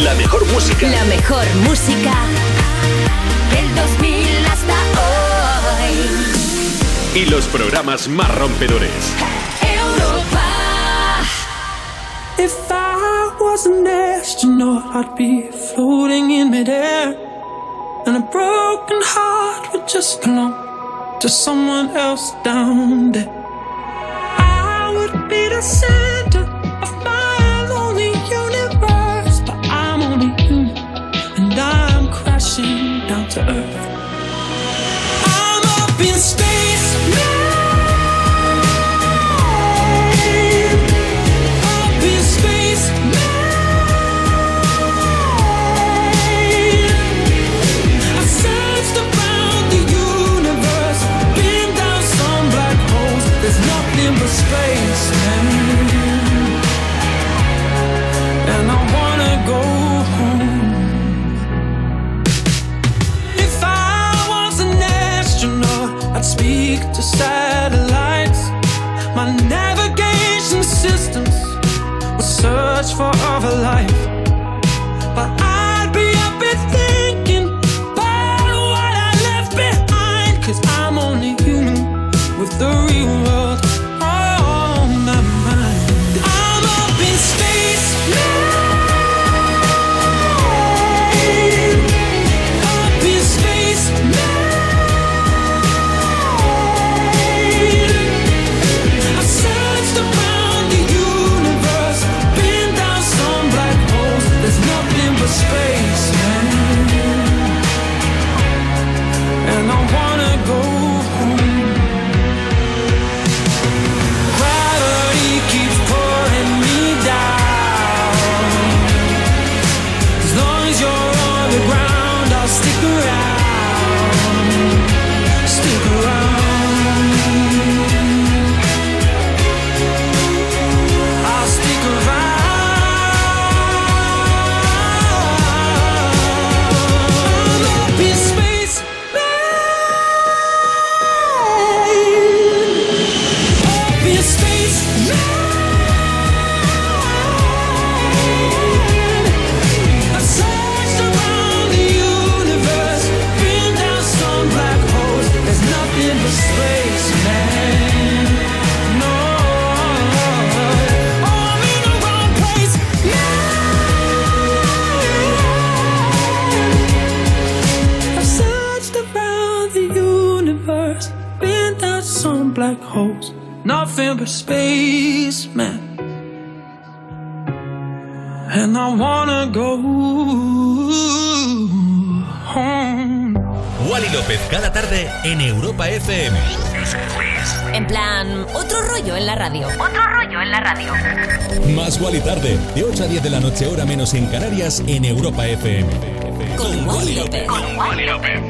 La mejor música. La mejor música del 2000 hasta hoy. Y los programas más rompedores. Europa. If I was an astronaut, I'd be floating in midair, and a broken heart would just belong to someone else down there. I would be the center of my lonely universe, but I'm only human, and I'm crashing down to earth. I'm up in space now. Space, man, and I wanna go home. If I was an astronaut, I'd speak to satellites. My navigation systems would search for other life, but I'd be up and thinking about what I left behind, 'cause I'm only human with the real world. Space, man, and I wanna go home. Gravity keeps pulling me down. As long as you're on the ground, I'll stick around. Stick around. I'll stick around. Black holes, nothing but space, man, and I wanna go home. Wally López cada tarde en Europa FM. En plan, otro rollo en la radio. Otro rollo en la radio. Más Wally tarde, de 8 a 10 de la noche, hora menos en Canarias, en Europa FM. Con Wally López. Con Wally López.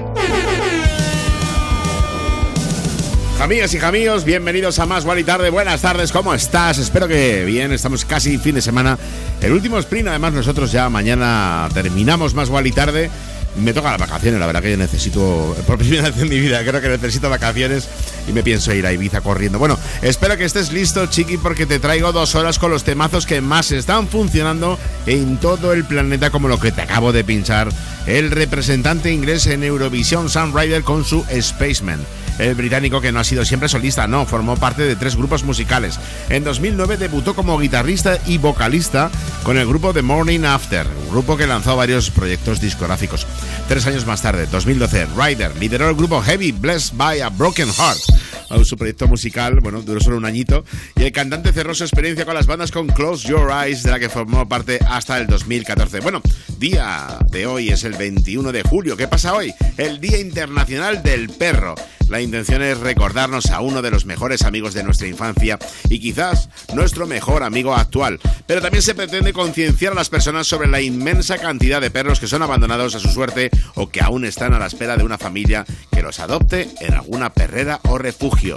Amigas y amigos, bienvenidos a Más Wally Tarde. Buenas tardes, ¿cómo estás? Espero que bien, estamos casi fin de semana. El último sprint, además nosotros ya mañana terminamos Más Wally Tarde. Me toca las vacaciones, la verdad que yo necesito, por primera vez en mi vida, creo que necesito vacaciones y me pienso ir a Ibiza corriendo. Bueno, espero que estés listo, chiqui, porque te traigo 2 horas con los temazos que más están funcionando en todo el planeta, como lo que te acabo de pinchar, el representante inglés en Eurovisión, Sam Ryder, con su Spaceman. El británico, que no ha sido siempre solista, no, formó parte de 3 grupos musicales. En 2009 debutó como guitarrista y vocalista con el grupo The Morning After, un grupo que lanzó varios proyectos discográficos. 3 años más tarde, 2012, Ryder lideró el grupo Heavy, Blessed by a Broken Heart. Su proyecto musical, bueno, duró solo un añito, y el cantante cerró su experiencia con las bandas con Close Your Eyes, de la que formó parte hasta el 2014. Bueno, día de hoy es el 21 de julio. ¿Qué pasa hoy? El Día Internacional del Perro. La intención es recordarnos a uno de los mejores amigos de nuestra infancia y quizás nuestro mejor amigo actual. Pero también se pretende concienciar a las personas sobre la inmensa cantidad de perros que son abandonados a su suerte o que aún están a la espera de una familia que los adopte en alguna perrera o refugio.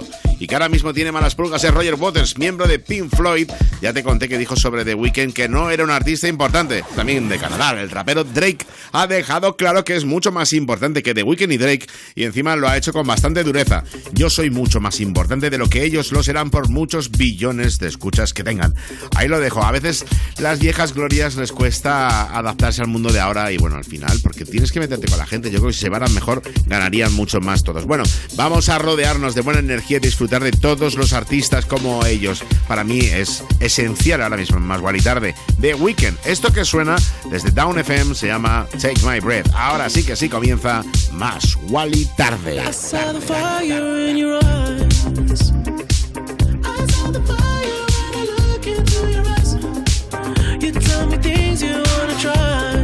y que ahora mismo tiene malas pulgas es Roger Waters, miembro de Pink Floyd. Ya te conté que dijo sobre The Weeknd que no era un artista importante. También de Canadá, el rapero Drake ha dejado claro que es mucho más importante que The Weeknd y Drake, y encima lo ha hecho con bastante dureza. Yo soy mucho más importante de lo que ellos lo serán por muchos billones de escuchas que tengan. Ahí lo dejo. A veces las viejas glorias les cuesta adaptarse al mundo de ahora y bueno, al final, porque tienes que meterte con la gente. Yo creo que si se llevaran mejor, ganarían mucho más todos. Bueno, vamos a rodearnos de buena energía y disfrutar de todos los artistas como ellos. Para mí es esencial ahora mismo en Más Guali Tarde. The Weeknd. Esto que suena desde Down FM se llama Take My Breath. Ahora sí que sí comienza Más Guali Tarde. I saw the fire in your eyes. I saw the fire when I look into your eyes. You tell me things you wanna try.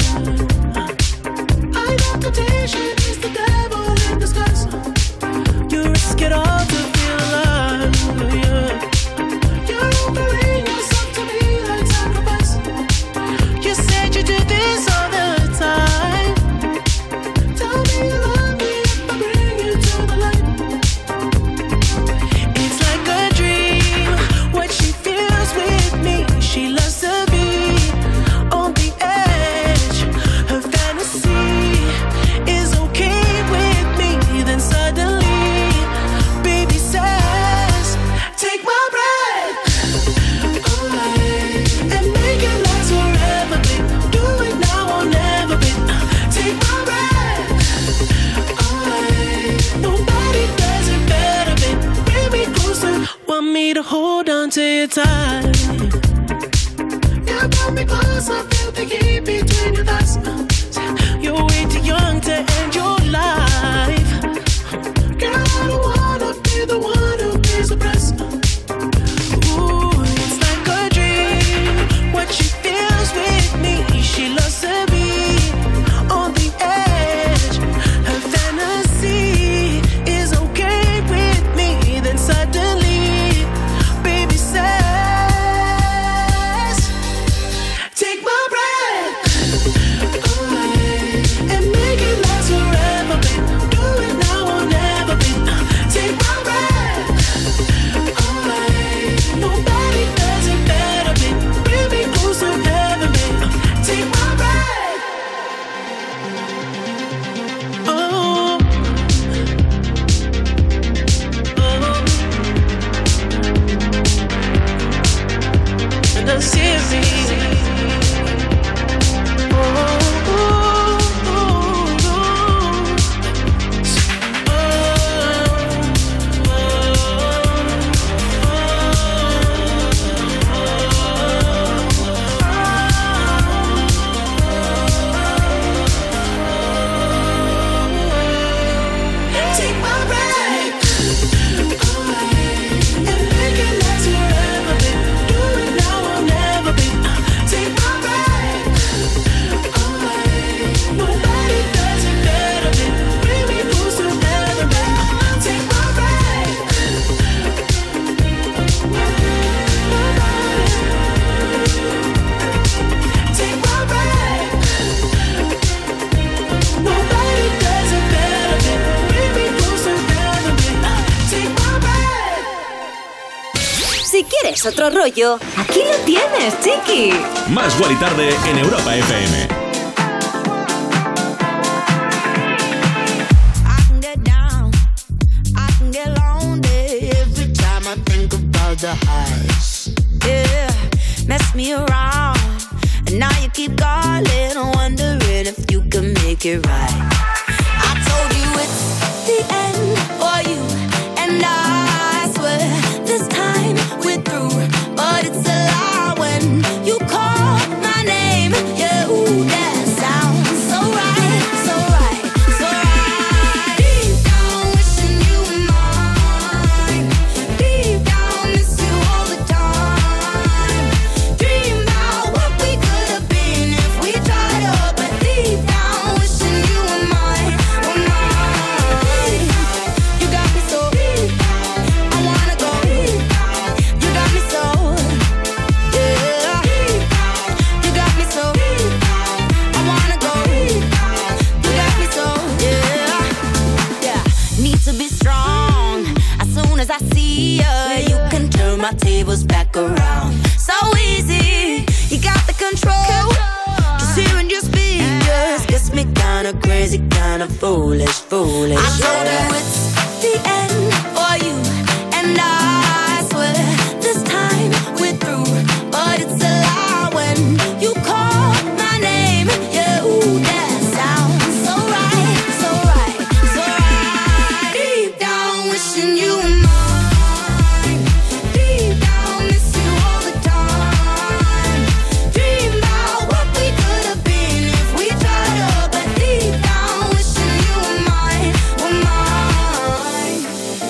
I know temptation is the devil in disguise. You risk it all to feel alive. Yeah. You're offering yourself to me like sacrifice. You said you do this all the time. Tell me you love me if I bring you to the light. It's like a dream, what she feels with me. She loves to be on the edge. Her fantasy is okay with me. Then suddenly, baby says, take my breath away and make it last forever, babe. Do it now or never, babe. Take my breath away. Nobody does it better, babe. Bring me closer. Want me to hold on to you tight. You brought me close, I feel the heat between your thighs. You're way too young to end your life. Girl, I don't wanna be the one who pays the price. Ooh, it's like a dream, what she feels with me. She loves to be on the edge. Her fantasy is okay with me. Then suddenly, baby says, take my breath away and make it last forever, babe. Do it now or never, babe. Take my breath away. Nobody does it better, babe. Bring me closer, heaven, babe. Take my breath. Oh, and I'm serious. Take my breath away and make it last forever, babe. Do it now or never, babe. Take my breath away. Nobody does it better, babe. Bring me closer, never, babe. Take my breath. Take my breath. Nobody does it better, babe. Bring me closer, never, babe. Take my breath. Si quieres otro rollo, aquí lo tienes, chiqui. Más Guali Tarde en Europa FM. I can get down, I can get lonely every time I think about the highs. Yeah, mess me around, and now you keep calling, wondering if you can make it right. I told you it's the end for you, and I swear this time we're through, but it's a lie when you call my name. Yeah, ooh, that sounds so right, so right, so right. Deep down, wishing you were mine. Deep down, miss you all the time. Dream about what we could have been if we tried up. But deep down, wishing you were mine, were mine. You got me so deep down. everybody was back around. So easy, you got the control. Just hearing your speech just gets me kinda crazy, kinda foolish. I know that it's the end for you and I swear this time we're through, but it's a lie when you call my name. Yeah, ooh, that sounds so right, so right, so right. Deep down wishing you were mine. Deep down miss you all the time. Dream about what we could have been if we tried up, but deep down wishing you were mine, were mine.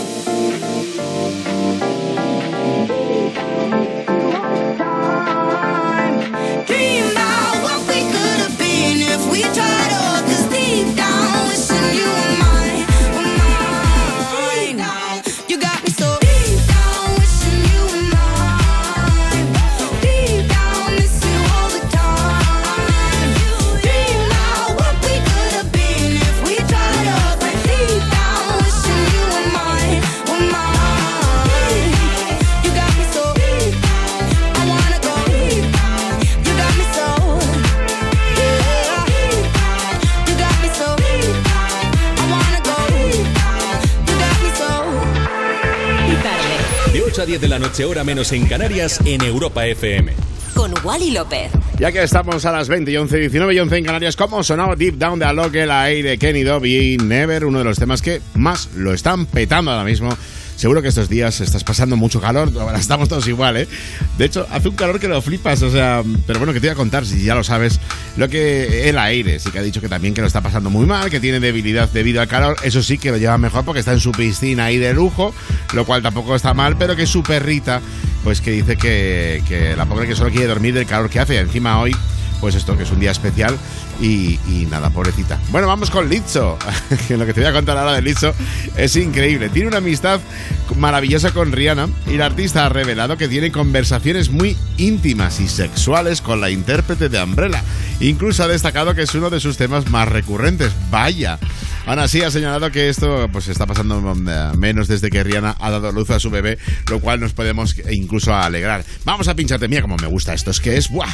Dream about what we could have been if we tried up, 'cause deep down wishing you were mine, were mine. You got me so deep down wishing you were mine. Deep down miss you all the time. Dream about what we could have been if we tried up, but deep down wishing you were mine, were mine. You got me so deep, I wanna go deep. You got me so, yeah. You got me so deep, I wanna go deep. You got me so. Y tarde, De 8 a 10 de la noche, hora menos en Canarias, en Europa FM. con Wally López. Ya que estamos a las 20 y 11, 19 y 11 en Canarias, ¿cómo sonaba Deep Down de Alok, el aire, Kenny Dobby y Never? Uno de los temas que más lo están petando ahora mismo. Seguro que estos días estás pasando mucho calor, ahora estamos todos igual, ¿eh? De hecho, hace un calor que lo flipas, o sea, pero bueno, que te voy a contar, si ya lo sabes, lo que el aire sí que ha dicho que también que lo está pasando muy mal, que tiene debilidad debido al calor, eso sí que lo lleva mejor porque está en su piscina ahí de lujo, lo cual tampoco está mal, pero que su perrita, pues que dice que la pobre que solo quiere dormir del calor que hace, y encima hoy, pues esto, que es un día especial y nada, pobrecita. Bueno, vamos con Lizzo, que lo que te voy a contar ahora de Lizzo es increíble. Tiene una amistad maravillosa con Rihanna y la artista ha revelado que tiene conversaciones muy íntimas y sexuales con la intérprete de Umbrella. Incluso ha destacado que es uno de sus temas más recurrentes. ¡Vaya! Aún así ha señalado que esto pues está pasando menos desde que Rihanna ha dado luz a su bebé, lo cual nos podemos incluso alegrar. Vamos a pincharte, mira cómo me gusta esto, es que es ¡buah!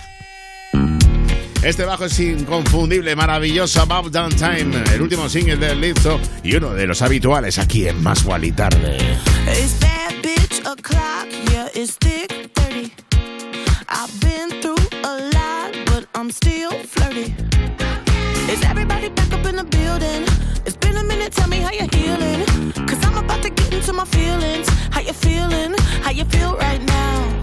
Este bajo es inconfundible, maravilloso. About Damn Time, el último single de Lizzo y uno de los habituales aquí en Más Wally Tarde. It's bad bitch o'clock, yeah, it's thick 30. I've been through a lot, but I'm still flirty. Is everybody back up in the building? It's been a minute, tell me how you're healing. 'Cause I'm about to get into my feelings. How you feeling? How you feel right now?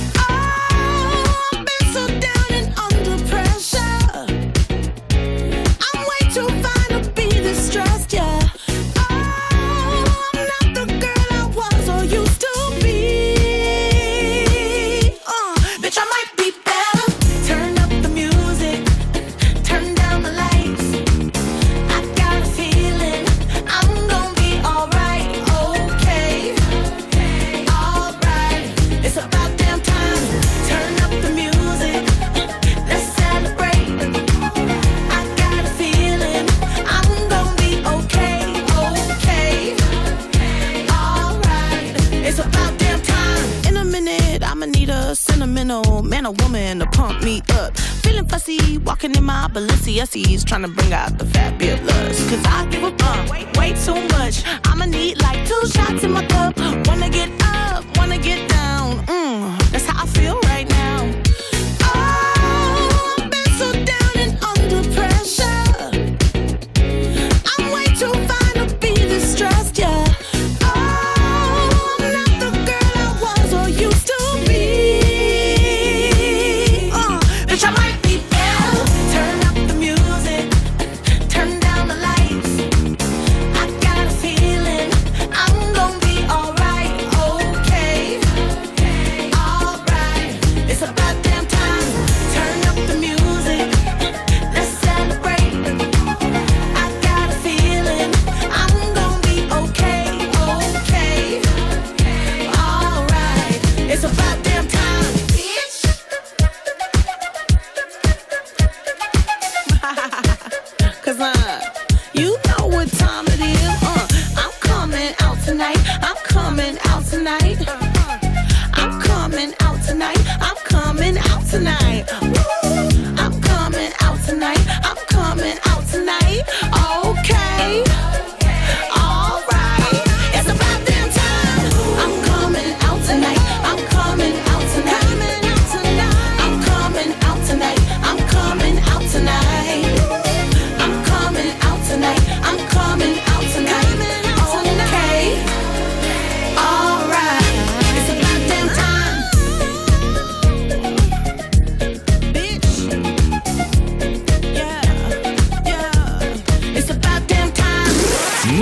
Oh, I've been so down and under pressure. I'm way too fine to be this stressed, yeah. Oh, I'm not the girl I was or used to be. Bitch, I might be better. Turn up the music, turn down the lights. I got a feeling I'm gonna be alright, okay, alright. It's about damn time. Turn up the music, let's celebrate. I got a feeling I'm gonna be okay, okay, alright. It's about damn time. In a minute, I'ma need a sentimental man or woman to pump me up. Feeling fussy, walking in my Balenciennes, trying to bring out the fabulous. 'Cause I give a way too much. I'ma need like 2 shots in my cup. Wanna get up, wanna get down. That's how I feel right now. Oh, I've been so down and under pressure. I'm way too fine to be this stressed, yeah. Oh, I'm not the girl I was or used to be. Bitch, I might be better. Turn up the music, turn down the lights. I got a feeling I'm gonna be alright, okay,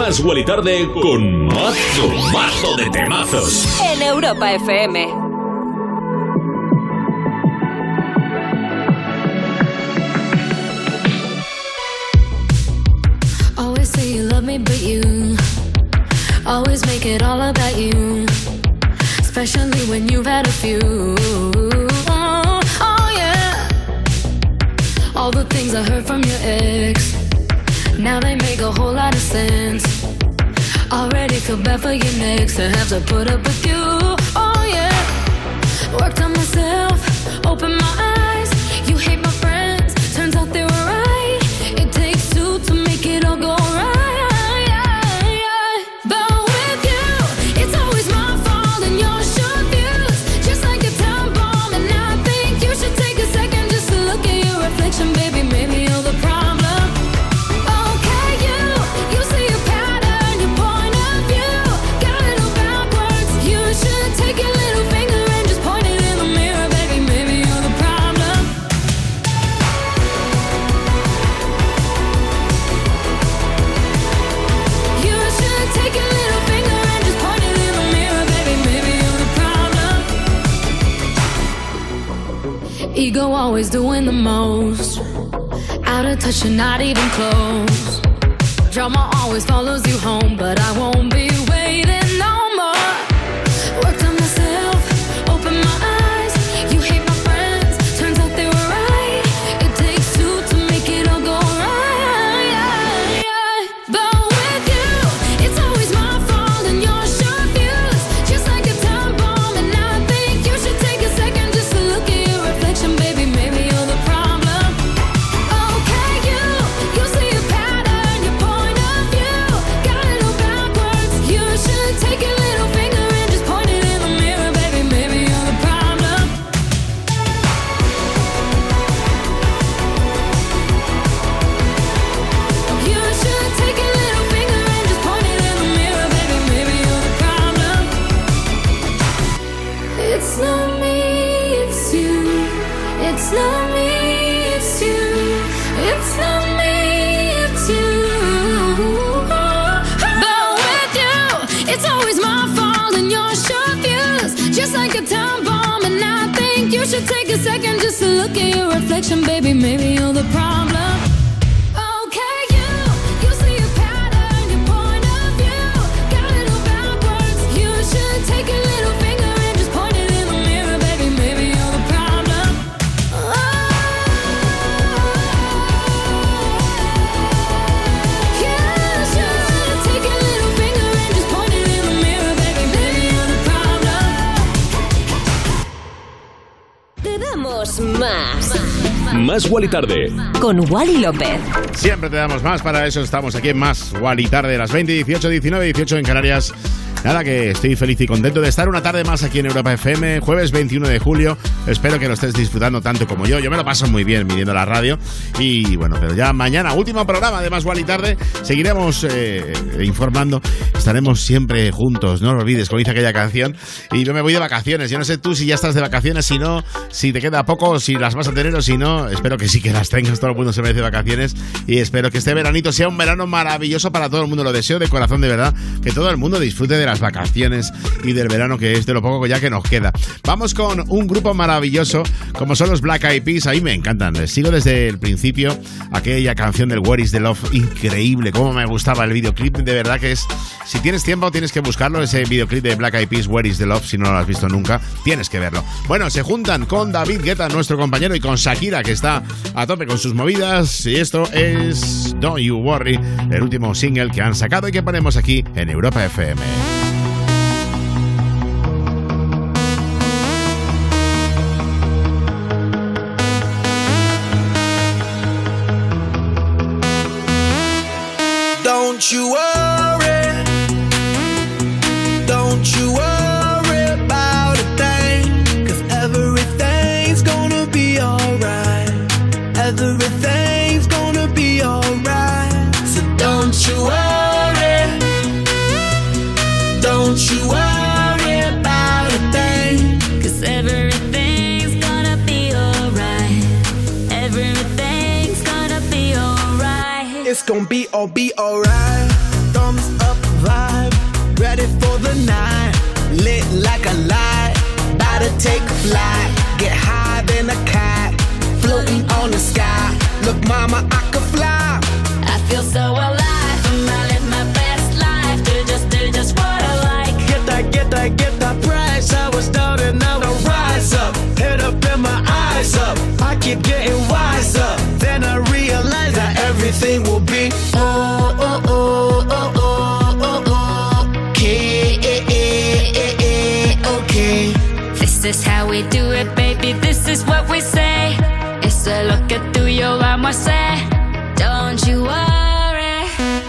Más Guali Tarde con mazo de temazos. En Europa FM. Always say you love me, but you always make it all about you. Especially when you've had a few. Oh yeah. All the things I heard from your ex, now they make a whole lot of sense. Already feel bad for your next to have to put up with you. Oh yeah. Worked on myself, opened my eyes. You hate my friends, turns out they were right. It takes two to make it all go right. But with you, it's always my fault and your short views, just like a time bomb. And I think you should take a second just to look at your reflection, baby. Maybe you're the problem. Ego always doing the most, out of touch and not even close. Drama always follows you home, but I won't be waiting no more. Worked on myself, opened my eyes. You hate my friends, turns out they were right. It takes two to make it all go right. But with you, it's always my fault and your short views, just like a time bomb. And I think you should take a second just to look at your reflection, baby. Maybe you're the problem. Okay, you see a pattern, your point of view, got it all backwards. You should take your little finger and just point it in the mirror, baby. Maybe you're the problem. You should take your little finger and just point it in the mirror, baby. Maybe you're the problem. It's not me, it's you. It's not me, it's you. It's not me, it's you. But with you, it's always my fault and your short views, just like a time bomb. And I think you should take a second just to look at your reflection, baby. Maybe you're the problem. Okay, you see a pattern, your point of view, got it all backwards. You should take a little finger and just point it in the mirror, baby. Maybe you're the problem. You should take a little finger and just point it in the mirror, baby. Maybe you're the problem. Te damos más. Más Guali Tarde. Con Wally López. Siempre te damos más, para eso estamos aquí en Más Guali Tarde, las 20, 18, 19, 18 en Canarias. Nada, que estoy feliz y contento de estar una tarde más aquí en Europa FM, jueves 21 de julio. Espero que lo estés disfrutando tanto como yo. Yo me lo paso muy bien viniendo a la radio. Y bueno, pero ya mañana, último programa de Más Guali Tarde, seguiremos informando. Estaremos siempre juntos, no lo olvides, como dice aquella canción. Y yo me voy de vacaciones. Yo no sé tú si ya estás de vacaciones, si no, si te queda poco, si las vas a tener o si no. Espero que sí que las tengas. Todo el mundo se merece vacaciones. Y espero que este veranito sea un verano maravilloso para todo el mundo. Lo deseo de corazón, de verdad. Que todo el mundo disfrute de las vacaciones y del verano, que es de lo poco ya que nos queda. Vamos con un grupo maravilloso como son los Black Eyed Peas. A mí me encantan, les sigo desde el principio. Aquella canción del Where is the Love, increíble, cómo me gustaba el videoclip, de verdad que es, si tienes tiempo tienes que buscarlo, ese videoclip de Black Eyed Peas, Where is the Love. Si no lo has visto nunca, tienes que verlo. Bueno, se juntan con David Guetta, nuestro compañero, y con Shakira, que está a tope con sus movidas, y esto es Don't You Worry, el último single que han sacado y que ponemos aquí en Europa FM. Don't you worry, don't you worry about a thing, 'cause everything's gonna be alright, everything's gonna be alright. So don't you worry, don't you worry about a thing, 'cause everything's gonna be alright, everything's gonna be alright. It's gonna be alright. Thumbs up. the night, lit like a light, about to take flight, get higher than a cat, floating on the sky. Look, mama, I could fly. I feel so alive, I live my best life. Do just what I like. Get that price. I was down and now I rise up. Head up and my eyes up. I keep getting wiser. Then I realize that everything will be okay. This is how we do it, baby. This is what we say. It's a look at tuyo, vamos a hacer. Don't you worry.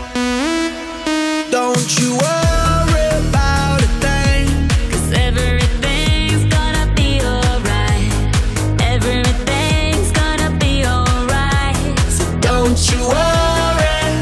Don't you worry about a thing. 'Cause everything's gonna be alright. Everything's gonna be alright. So don't you worry.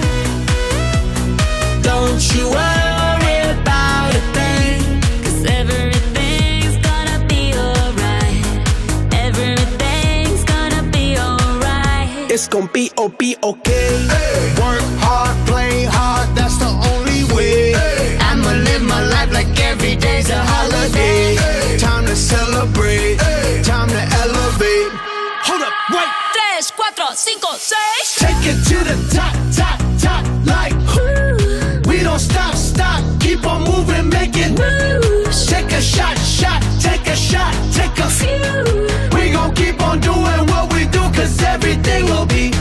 Don't you worry about a thing. 'Cause everything's gonna be alright. Everything's gonna be alright. It's gonna be okay. Hey. Work hard, play hard, that's the only way. Hey. I'ma live my life like every day's a holiday. Hey. Time to celebrate, hey. Time to elevate. Hold up, wait. 3, 4, 5, 6. Take it to the top, top, top, like ooh. We don't stop, keep on moving, make it moves. Take a shot, take a shot, take a few. We gon' keep on doing what we do, 'cause everything will be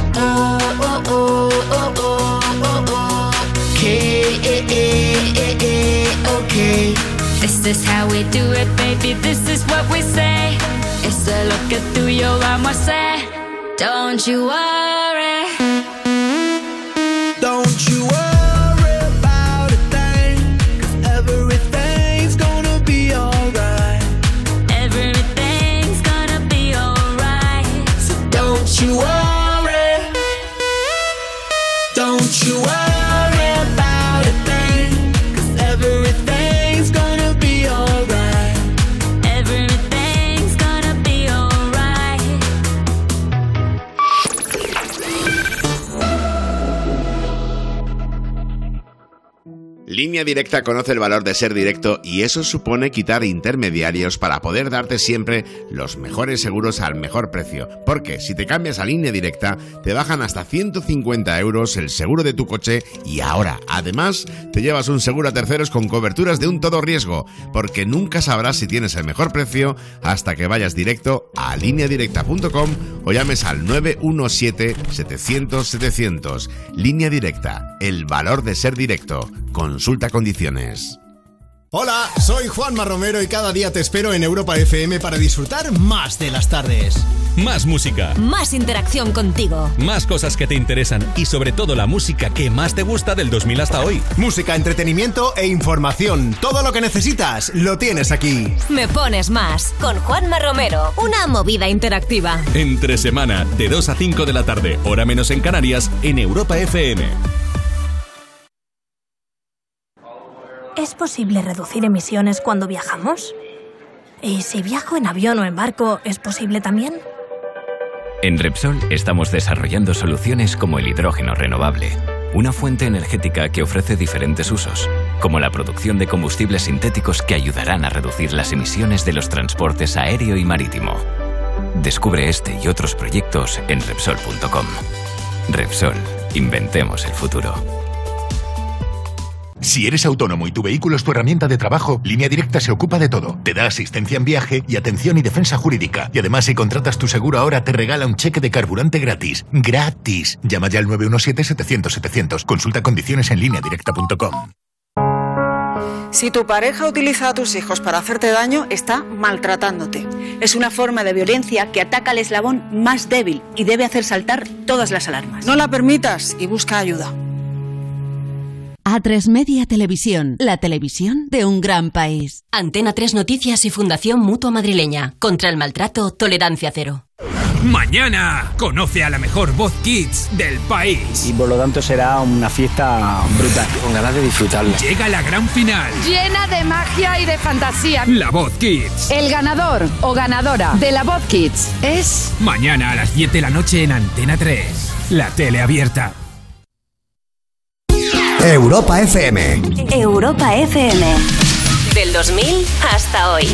okay. This is how we do it, baby. This is what we say. It's a look at tuyo, vamos a hacer. Don't you worry. Don't you worry about a thing, 'cause everything's gonna be alright. Everything's gonna be alright. So don't you worry. Don't you worry about a thing, 'cause everything's gonna be alright. Everything's gonna be alright. Línea Directa conoce el valor de ser directo y eso supone quitar intermediarios para poder darte siempre los mejores seguros al mejor precio. Porque si te cambias a Línea Directa, te bajan hasta 150 euros el seguro de tu coche y ahora, además, te llevas un seguro a terceros con coberturas de un todo riesgo, porque nunca sabrás si tienes el mejor precio hasta que vayas directo a lineadirecta.com o llames al 917-700-700. Línea Directa, el valor de ser directo. Consulta condiciones. Hola, soy Juanma Romero y cada día te espero en Europa FM para disfrutar más de las tardes. Más música, Más interacción contigo. más cosas que te interesan y sobre todo la música que más te gusta del 2000 hasta hoy. Música, entretenimiento e información. Todo lo que necesitas lo tienes aquí. Me pones más. Con Juanma Romero. Una movida interactiva. Entre semana, de 2 a 5 de la tarde, hora menos en Canarias, en Europa FM. ¿Es posible reducir emisiones cuando viajamos? ¿Y si viajo en avión o en barco, es posible también? En Repsol estamos desarrollando soluciones como el hidrógeno renovable, una fuente energética que ofrece diferentes usos, como la producción de combustibles sintéticos que ayudarán a reducir las emisiones de los transportes aéreo y marítimo. Descubre este y otros proyectos en Repsol.com. Repsol, inventemos el futuro. Si eres autónomo y tu vehículo es tu herramienta de trabajo, Línea Directa se ocupa de todo. Te da asistencia en viaje y atención y defensa jurídica. Y además, si contratas tu seguro ahora, te regala un cheque de carburante gratis. ¡Gratis! Llama ya al 917-700-700. Consulta condiciones en lineadirecta.com. Si tu pareja utiliza a tus hijos para hacerte daño, está maltratándote. Es una forma de violencia que ataca al eslabón más débil y debe hacer saltar todas las alarmas. No la permitas y busca ayuda. A3 Media Televisión, la televisión de un gran país. Antena 3 Noticias y Fundación Mutua Madrileña. Contra el maltrato, tolerancia cero. Mañana conoce a la mejor voz kids del país. Y por lo tanto será una fiesta brutal. Con ganas de disfrutarla. Llega la gran final. Llena de magia y de fantasía. La Voz Kids. El ganador o ganadora de la Voz Kids es... Mañana a las 10 de la noche en Antena 3. La tele abierta. Europa FM. Europa FM. Del 2000 hasta hoy.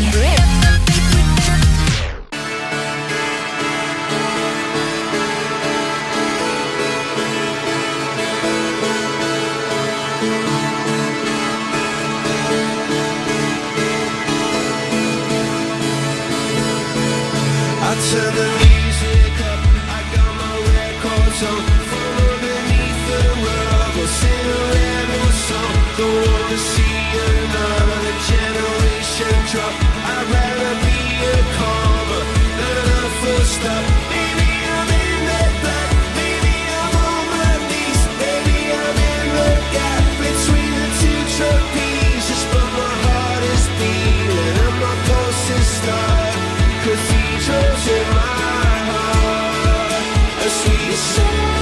I turn the music up, I got my records on. From underneath the rug, I'll sing a rebel song. Don't wanna see another generation drop. I'd rather be a comma than a full stop. Maybe I'm in the black, maybe I'm on my knees. Maybe I'm in the gap between the two trapezes. But my heart is beating and my pulse is starting. Cathedrals in my heart, a sweet song.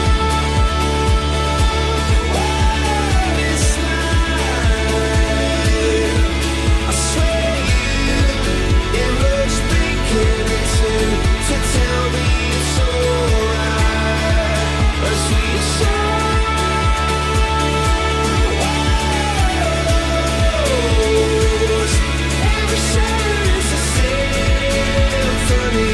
What is life? I swear it looks bigger to tell me it's alright. A sweet song. Every sound is the same for me.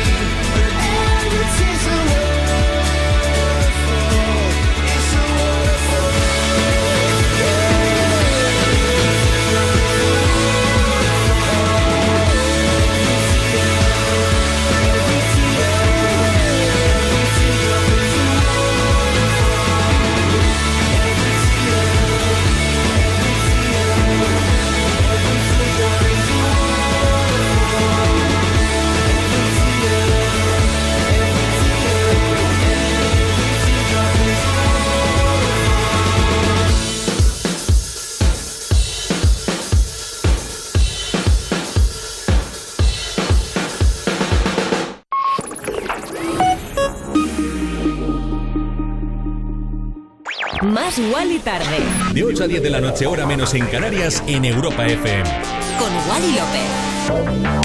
Más Wally tarde. De 8 a 10 de la noche, hora menos en Canarias, en Europa FM. Con Wally López.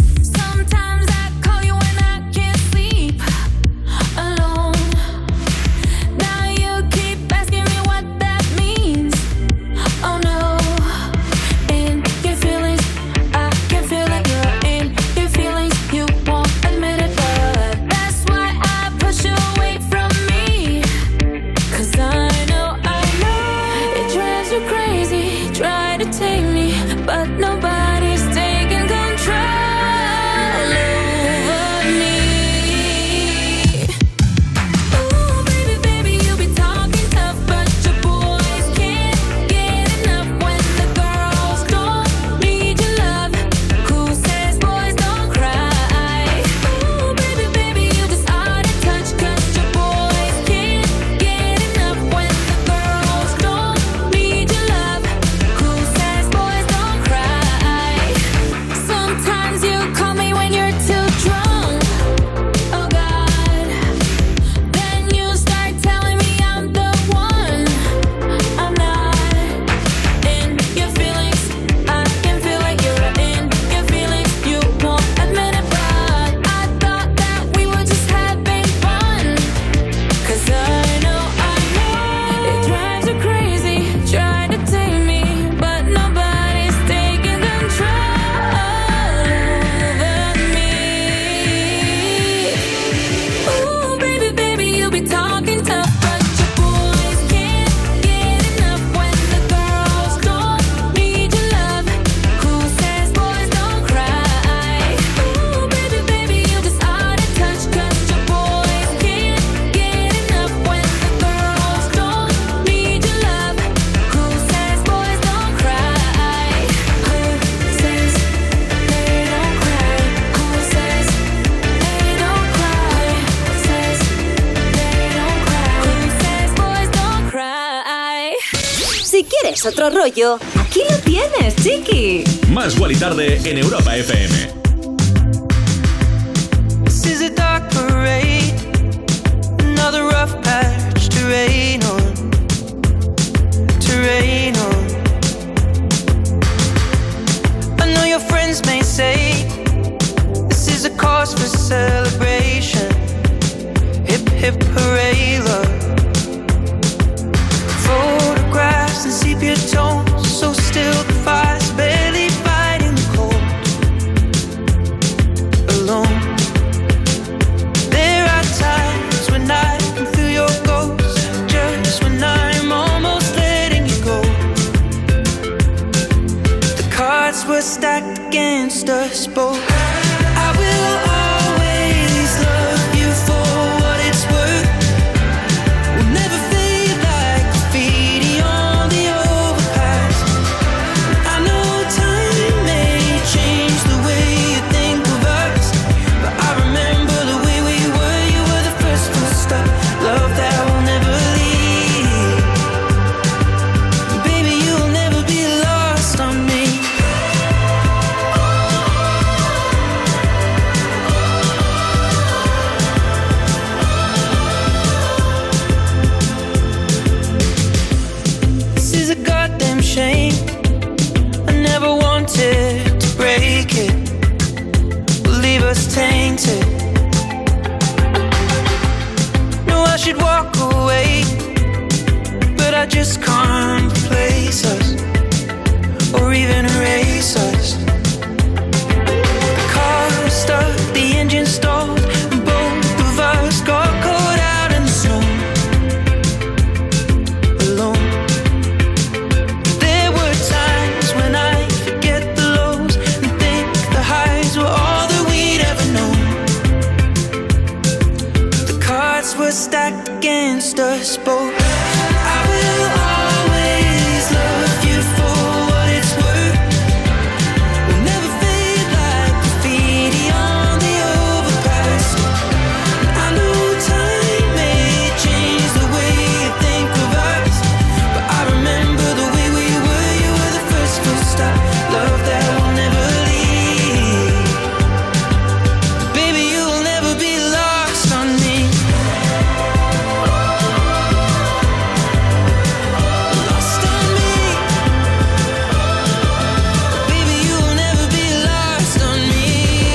¿Quieres otro rollo? Aquí lo tienes, chiqui. Más Wally tarde en Europa FM. This is a dark parade, another rough patch to rain on, to rain on. I know your friends may say this is a cause for celebration. Hip hip hooray, love. Photographs and sepia tones, so still the fire's barely fighting the cold. cards stacked against us both. I will always love you for what it's worth. We'll never fade like graffiti on the overpass. I know time may change the way you think of us, but I remember the way we were. You were the first full stop, love that will never leave. Baby, you will never be lost on me. Lost on me. Baby, you will never be lost on me.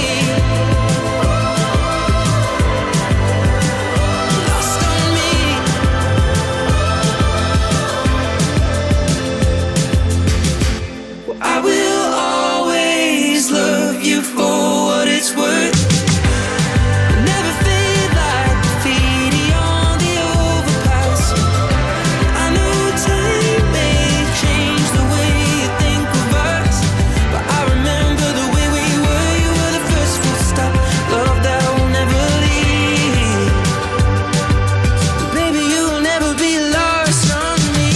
Lost on me. I will always love you for what it's worth. Never fade like graffiti on the overpass. I know time may change the way you think of us, but I remember the way we were. You were the first full stop, love that will never leave. Baby, you will never be lost on me.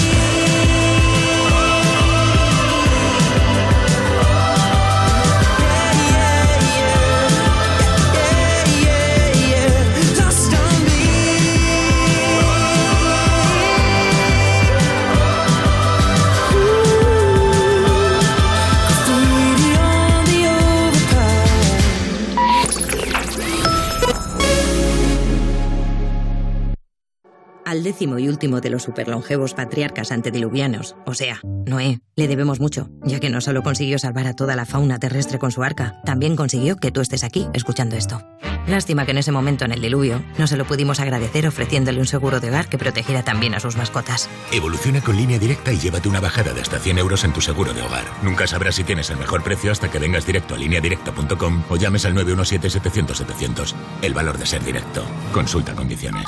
Lost on me. Graffiti on the overpass. Al 10º y último de los superlongevos patriarcas antediluvianos, o sea, Noé, le debemos mucho, ya que no solo consiguió salvar a toda la fauna terrestre con su arca, también consiguió que tú estés aquí escuchando esto. Lástima que en ese momento en el diluvio no se lo pudimos agradecer ofreciéndole un seguro de hogar que protegiera también a sus mascotas. Evoluciona con Línea Directa y llévate una bajada de hasta 100 euros en tu seguro de hogar. Nunca sabrás si tienes el mejor precio hasta que vengas directo a lineadirecta.com o llames al 917-700-700. El valor de ser directo. Consulta condiciones.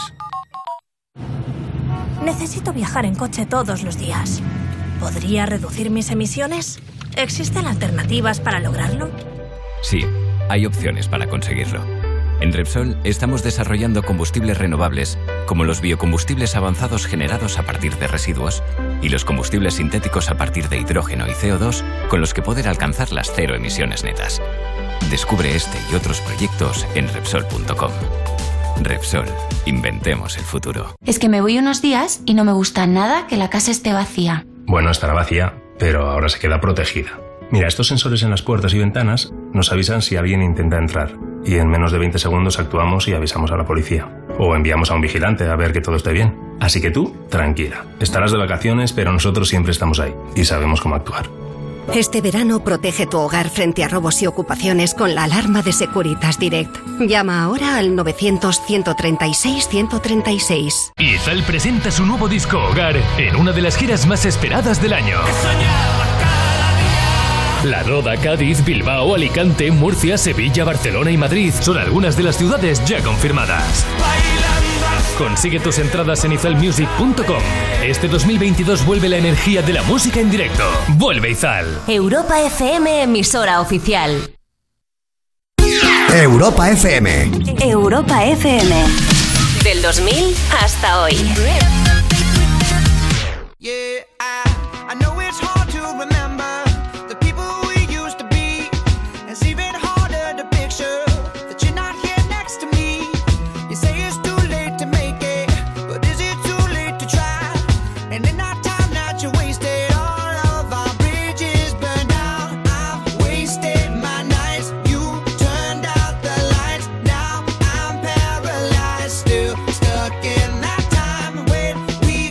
Necesito viajar en coche todos los días. ¿Podría reducir mis emisiones? ¿Existen alternativas para lograrlo? Sí, hay opciones para conseguirlo. En Repsol estamos desarrollando combustibles renovables, como los biocombustibles avanzados generados a partir de residuos y los combustibles sintéticos a partir de hidrógeno y CO2, con los que poder alcanzar las cero emisiones netas. Descubre este y otros proyectos en Repsol.com. Repsol, inventemos el futuro. Es que me voy unos días y no me gusta nada que la casa esté vacía. Bueno, estará vacía, pero ahora se queda protegida. Mira, estos sensores en las puertas y ventanas nos avisan si alguien intenta entrar y en menos de 20 segundos actuamos y avisamos a la policía. O enviamos a un vigilante a ver que todo esté bien. Así que tú, tranquila. Estarás de vacaciones, pero nosotros siempre estamos ahí y sabemos cómo actuar. Este verano protege tu hogar frente a robos y ocupaciones con la alarma de Securitas Direct. Llama ahora al 900-136-136. Izal presenta su nuevo disco Hogar en una de las giras más esperadas del año. La Roda, Cádiz, Bilbao, Alicante, Murcia, Sevilla, Barcelona y Madrid son algunas de las ciudades ya confirmadas. Consigue tus entradas en izalmusic.com. Este 2022 vuelve la energía de la música en directo. Vuelve Izal. Europa FM, emisora oficial. Europa FM. Europa FM. Del 2000 hasta hoy. I know it's hard to remember the people we used to be. It's even harder to picture that you're not here next to me. You say it's too late to make it, but is it too late to try? And in our time that you wasted, all of our bridges burned out. I've wasted my nights, you turned out the lights. Now I'm paralyzed, still stuck in that time when we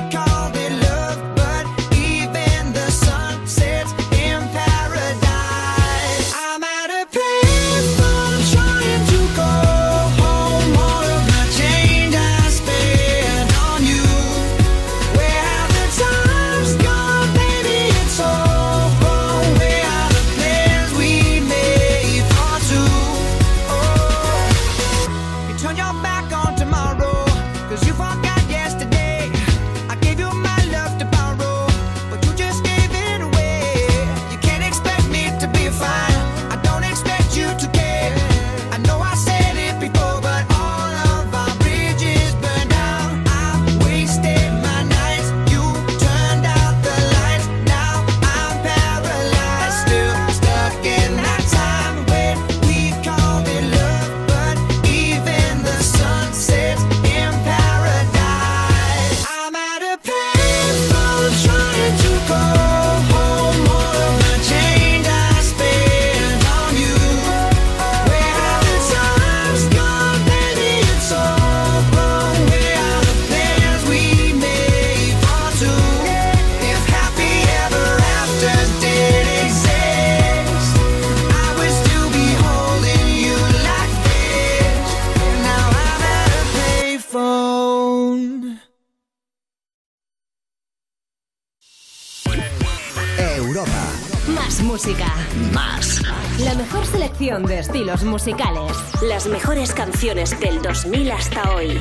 Europa. Más música. Más. La mejor selección de estilos musicales. Las mejores canciones del 2000 hasta hoy.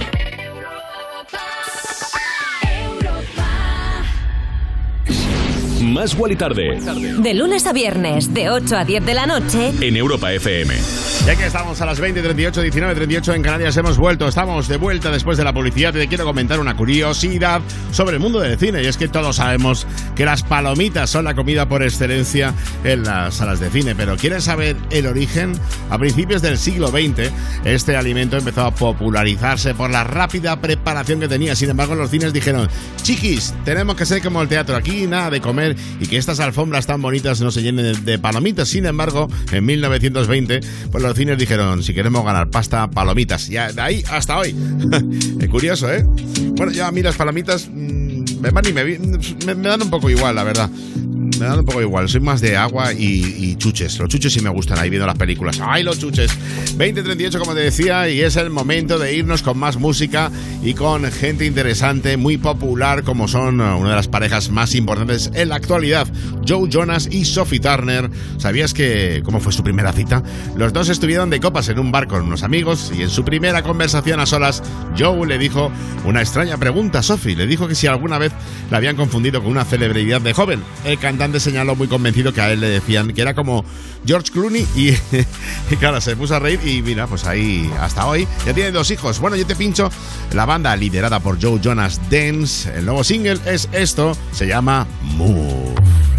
Más Guali Tarde. De lunes a viernes, de 8 a 10 de la noche. En Europa FM. Ya que estamos a las 20:38, 19:38 en Canarias, hemos vuelto. Estamos de vuelta después de la publicidad. Te quiero comentar una curiosidad sobre el mundo del cine. Y es que todos sabemos que las palomitas son la comida por excelencia en las salas de cine. Pero ¿quieres saber el origen? A principios del siglo XX, este alimento empezó a popularizarse por la rápida preparación que tenía. Sin embargo, los cines dijeron: chiquis, tenemos que ser como el teatro. Aquí nada de comer y que estas alfombras tan bonitas no se llenen de palomitas. Sin embargo, en 1920, pues los cines dijeron: si queremos ganar pasta, palomitas. Ya de ahí hasta hoy. Es curioso, ¿eh? Bueno, ya a mí las palomitas me dan un poco igual, la verdad. Me dan un poco igual, soy más de agua y chuches. Los chuches sí me gustan, ahí viendo las películas. ¡Ay, los chuches! 20:38, como te decía, y es el momento de irnos con más música y con gente interesante, muy popular, como son una de las parejas más importantes en la actualidad, Joe Jonas y Sophie Turner. ¿Sabías cómo fue su primera cita? Los dos estuvieron de copas en un bar con unos amigos y en su primera conversación a solas, Joe le dijo una extraña pregunta a Sophie. Le dijo que si alguna vez la habían confundido con una celebridad de joven. El cantante señaló muy convencido que a él le decían que era como George Clooney y claro, se puso a reír y mira, pues ahí hasta hoy ya tiene 2 hijos. Bueno, yo te pincho la banda liderada por Joe Jonas, Dance. El nuevo single es esto, se llama Move.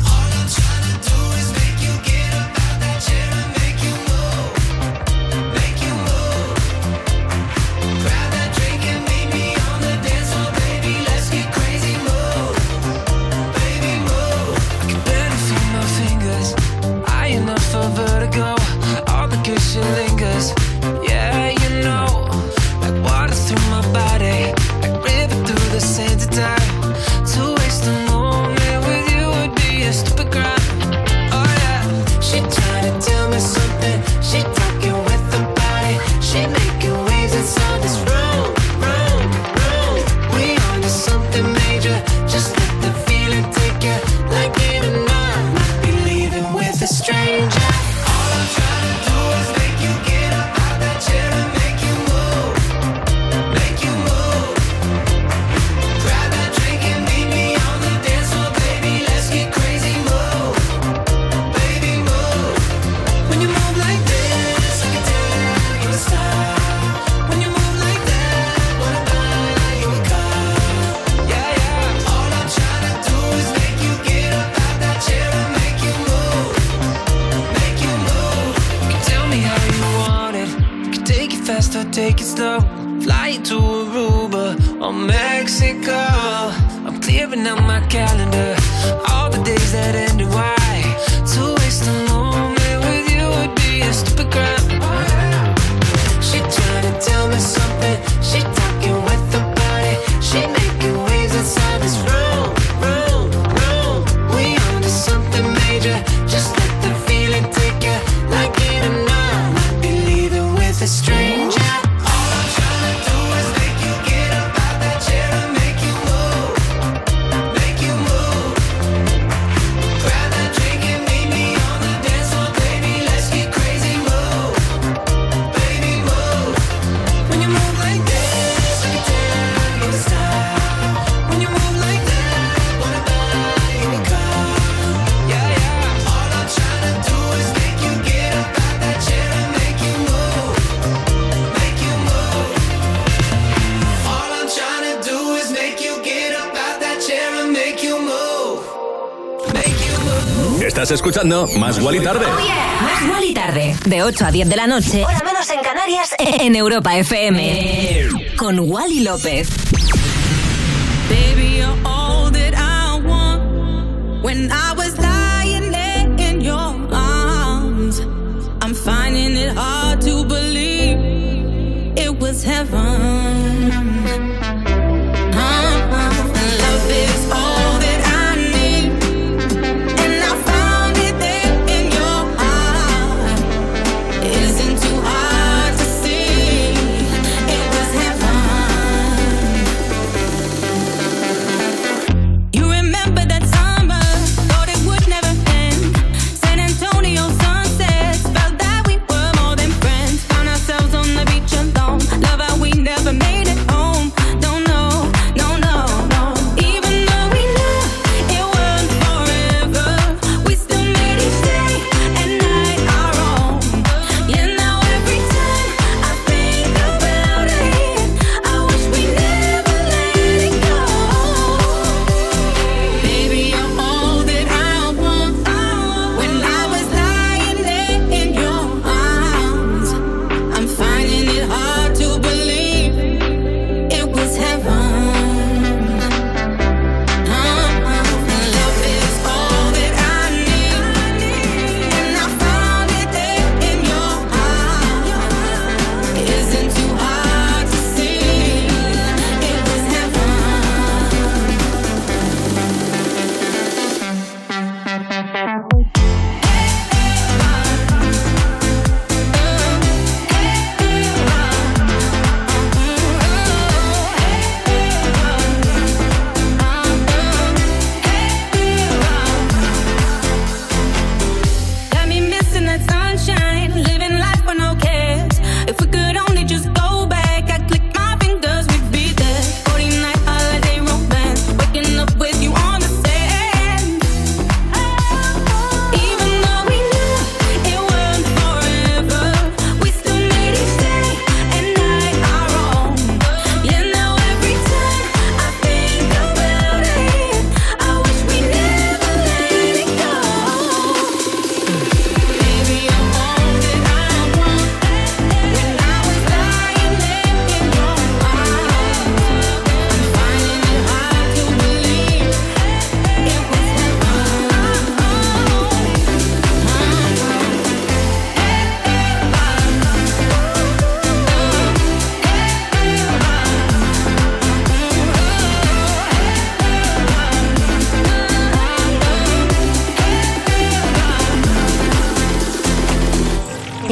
Take it slow, fly to Aruba or Mexico. I'm clearing out my calendar, all the days that ended. Why? To waste a moment with you would be a stupid crime. She trying to tell me something, she talking with the body, she making waves inside this room, room, room. We on to something major, just let the feeling take you like it or not. Might be leaving with a stranger. Estás escuchando Más Guali Tarde. Oh yeah. Más Guali Tarde. De 8 a 10 de la noche. Hora menos en Canarias. En Europa FM. Con Wally López. Baby, you're all that I want. When I was lying there in your arms, I'm finding it hard to believe it was heaven. Love is all that I need. Thought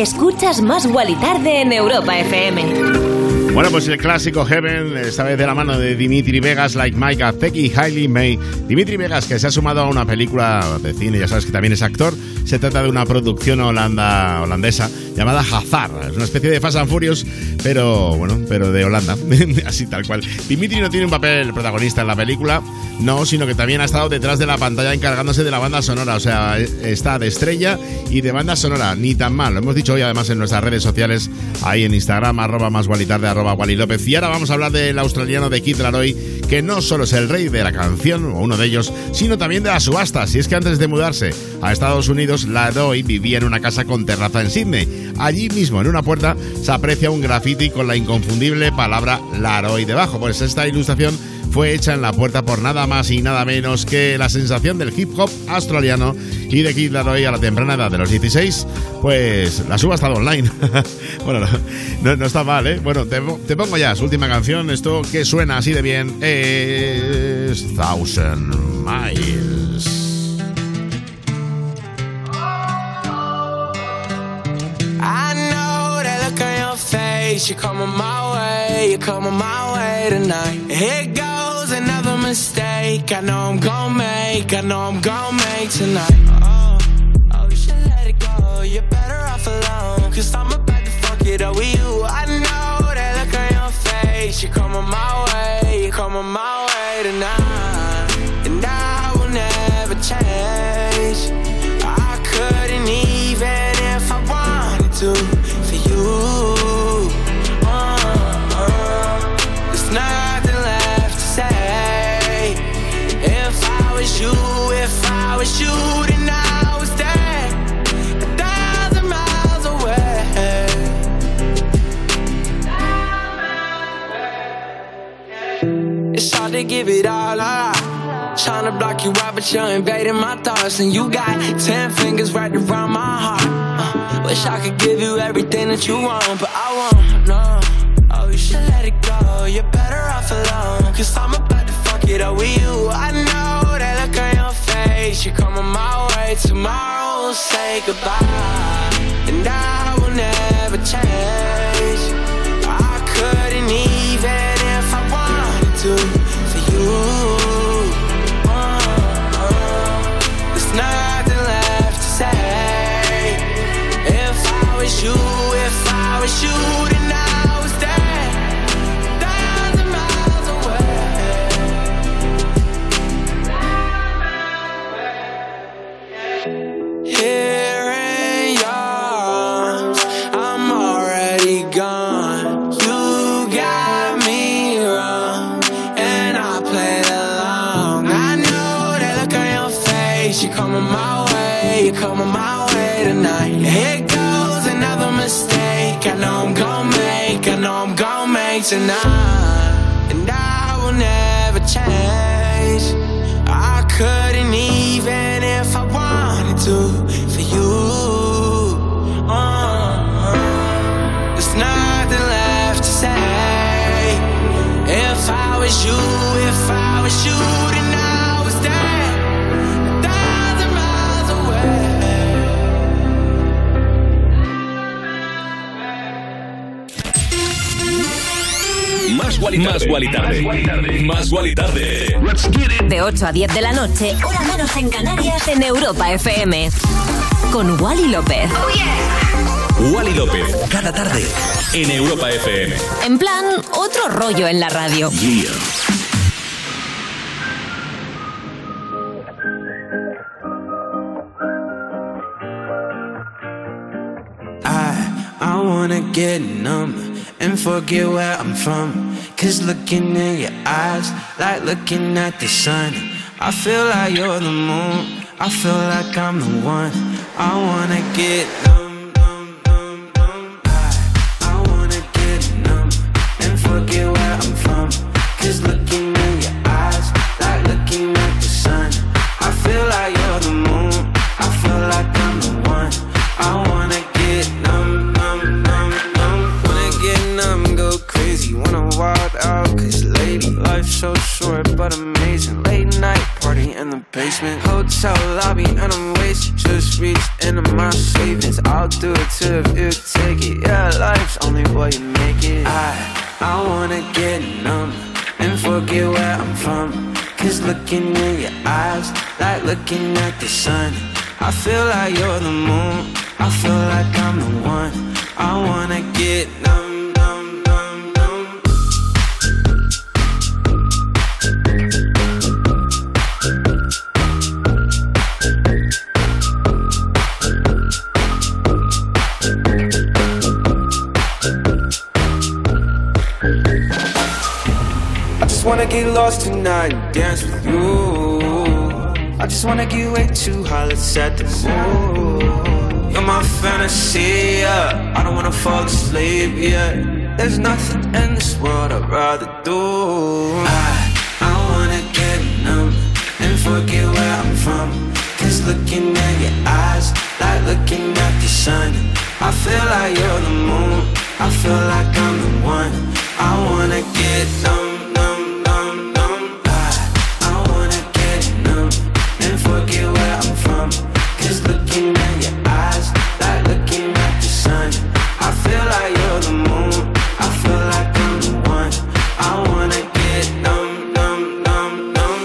Escuchas Más Guali Tarde en Europa FM. Bueno, pues el clásico Heaven, esta vez de la mano de Dimitri Vegas, Like Mike, Azeki y Hailey May. Dimitri Vegas, que se ha sumado a una película de cine, ya sabes que también es actor. Se trata de una producción holandesa llamada Hazard. Es una especie de Fast and Furious, pero de Holanda, así tal cual. Dimitri no tiene un papel protagonista en la película, no, sino que también ha estado detrás de la pantalla encargándose de la banda sonora. O sea, está de estrella y de banda sonora, ni tan mal. Lo hemos dicho hoy además en nuestras redes sociales, ahí en Instagram, @másgualitarde, @Wally López. Y ahora vamos a hablar del australiano de Kid Laroi, que no solo es el rey de la canción, o uno de ellos, sino también de las subastas. Y es que antes de mudarse a Estados Unidos, Laroi vivía en una casa con terraza en Sydney. Allí mismo, en una puerta, se aprecia un graffiti con la inconfundible palabra Laroi debajo. Pues esta ilustración fue hecha en la puerta por nada más y nada menos que la sensación del hip hop australiano y de Kid Laroi a la temprana edad de los 16, pues la subastado online. Bueno, no está mal, ¿eh? Bueno, te pongo ya su última canción, esto que suena así de bien es Thousand Miles. I know that look on your face. You're coming my way, you're coming my way tonight. Here goes another mistake. I know I'm gonna make, I know I'm gonna make tonight. Oh, you should let it go. You're better off alone, 'cause I'm about to fuck it up with you. I know that look on your face. You're coming my way, you're coming my way tonight. And I will never change. I couldn't even if I wanted to for you. There's nothing left to say. If I was you, then I was there 1,000 miles away. It's hard to give it all up. Trying to block you out, but you're invading my thoughts. And you got 10 fingers right around my heart. Wish I could give you everything that you want, but I won't, no. Oh, you should let it go. You're better off alone, 'cause I'm about to fuck it up with you. I know that look on your face. You're coming my way. Tomorrow we'll say goodbye, and I will never change. I couldn't even if I wanted to for you. There's nothing left to say. If I was you, then I was there 1,000 miles away. Here in yours, I'm already gone. You got me wrong, and I played along. I know that look on your face. You're coming my way, you're coming my way tonight. Here goes another mistake. I know I'm gonna make, I know I'm gonna make tonight. And I will never change. I couldn't even if I wanted to for you. There's nothing left to say. If I was you, then I was there 1,000 miles away. Más Guali Tarde. Más Guali Tarde. De 8 a 10 de la noche, hora menos en Canarias, en Europa FM. Con Wally López. Oh, yeah. Wally López, cada tarde, en Europa FM. En plan, otro rollo en la radio. Yeah. I wanna get numb and forget where I'm from. 'Cause looking in your eyes, like looking at the sun. I feel like you're the moon, I feel like I'm the one. I wanna get numb, numb, numb, numb. I wanna get numb and forget where I'm from. 'Cause looking in your eyes, like looking at the sun. I feel like you're the moon, I feel like I'm the one. I wanna get numb, numb, numb, numb. Wanna get numb, go crazy, wanna wild out. 'Cause lady, life's so short but amazing. Late night party in the bed. basement. Hotel lobby and I'm wasted. Just reached into my savings. I'll do it too if you take it. Yeah, life's only what you make it. I wanna get numb and forget where I'm from. Cause looking in your eyes, like looking at the sun. I feel like you're the moon, I feel like I'm the one. I wanna get numb, numb, numb, numb. I just wanna get lost tonight and dance with you. I just wanna get way too high, let's set the mood. You're my fantasy, yeah. I don't wanna fall asleep, yeah. There's nothing in this world I'd rather do. I wanna get numb and forget where I'm from. Cause looking at your eyes, like looking at the sun. I feel like you're the moon, I feel like I'm the one. I wanna get numb, numb, numb, numb. I wanna get numb and forget where I'm from. Cause looking at your eyes, like looking at the sun. I feel like you're the moon, I feel like I'm the one. I wanna get numb, numb, numb, numb.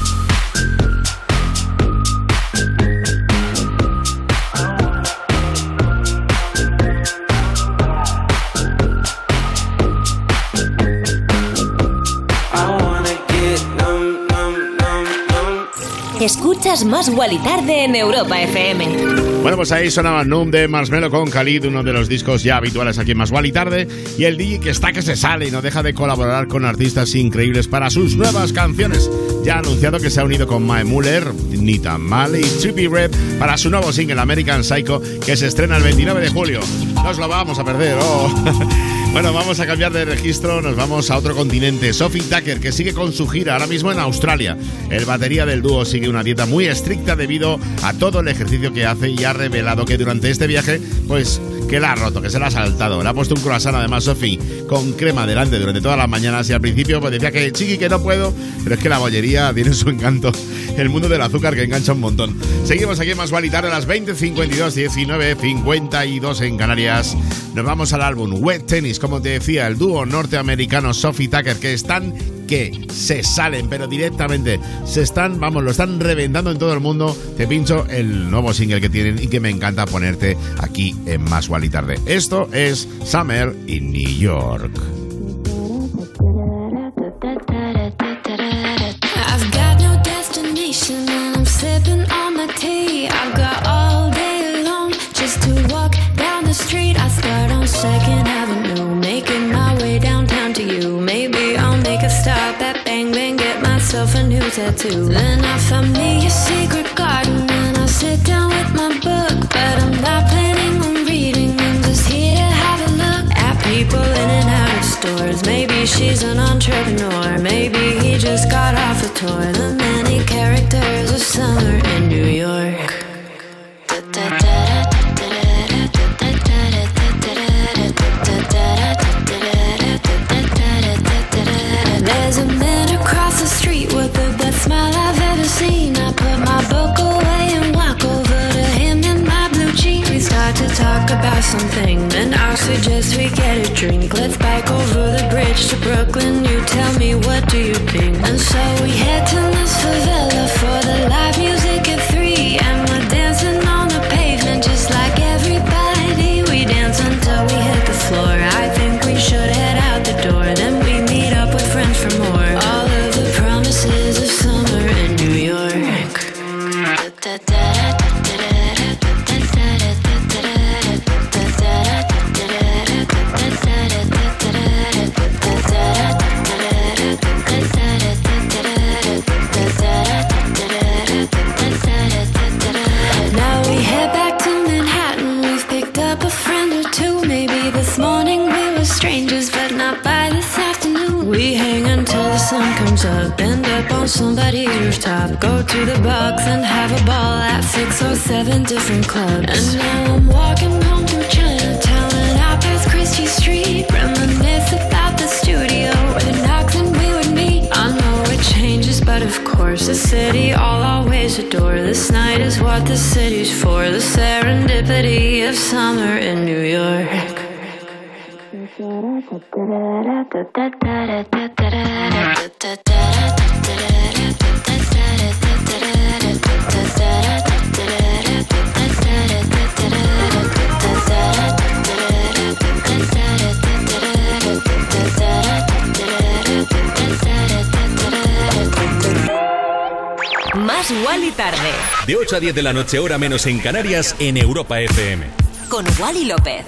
I wanna get numb, numb, numb, numb. Escuchas Más Guali Tarde en Europa FM. Bueno, pues ahí sonaba Numb de Marshmello con Khalid, uno de los discos ya habituales aquí en Más Guali Tarde, y el DJ que está que se sale y no deja de colaborar con artistas increíbles para sus nuevas canciones. Ya ha anunciado que se ha unido con Mae Muller, Ni Tan Mal y Trippie Redd para su nuevo single American Psycho, que se estrena el 29 de julio. No os lo vamos a perder, oh. Bueno, vamos a cambiar de registro, nos vamos a otro continente. Sophie Tucker, que sigue con su gira ahora mismo en Australia. El batería del dúo sigue una dieta muy estricta debido a todo el ejercicio que hace y ha revelado que durante este viaje, pues, que la ha roto, que se la ha saltado. Le ha puesto un croissant además Sophie con crema delante durante todas las mañanas y al principio pues decía que chiqui, que no puedo, pero es que la bollería tiene su encanto. El mundo del azúcar que engancha un montón. Seguimos aquí en Más Guali Tarde a las 20:52, 19:52 en Canarias. Nos vamos al álbum Wet Tennis, como te decía, el dúo norteamericano Sophie Tucker, que están que se salen, pero directamente se están, vamos, lo están reventando en todo el mundo. Te pincho el nuevo single que tienen y que me encanta ponerte aquí en Más Guali Tarde. Esto es Summer in New York. I've got no destination and I'm sipping on my tea. I've got all day long just to walk down the street. I start on 2nd Avenue, making my way downtown to you. Maybe I'll make a stop at Bang Bang, get myself a new tattoo. Then I find me a secret garden and I sit down with my book. But I'm not planning on reading, I'm just here to have a look at people in and out of stores. Maybe she's an entrepreneur, maybe he just got off a tour. The many characters of summer in New York. There's a man across the street with the best smile I've ever seen. I put my book away and walk over to him in my blue jeans. We start to talk about something, then I'll suggest we get a drink. Let's bike over the bridge to Brooklyn. You tell me, what do you think? And so we head to Miss Favela for the live music at 3. And we're dancing on the pavement just like everybody. We dance until we hit the floor. I think we should head out the door. Then we meet up with friends for more. All of the promises of summer in New York. Now we head back to Manhattan. We've picked up a friend or two. Maybe this morning we were strangers, but not by this afternoon. We hang until the sun comes up, end up on somebody's rooftop. Go to the box and have a ball at 6 or 7 different clubs. And now I'm walking home through Chinatown and out past Christie Street. Reminisce about the studio where the knocks and we would meet. I know it changes, but of course the city I'll always close the door. This night is what the city's for. The serendipity of summer in New York. Más Wally tarde. De 8 a 10 de la noche, hora menos en Canarias, en Europa FM. Con Wally López.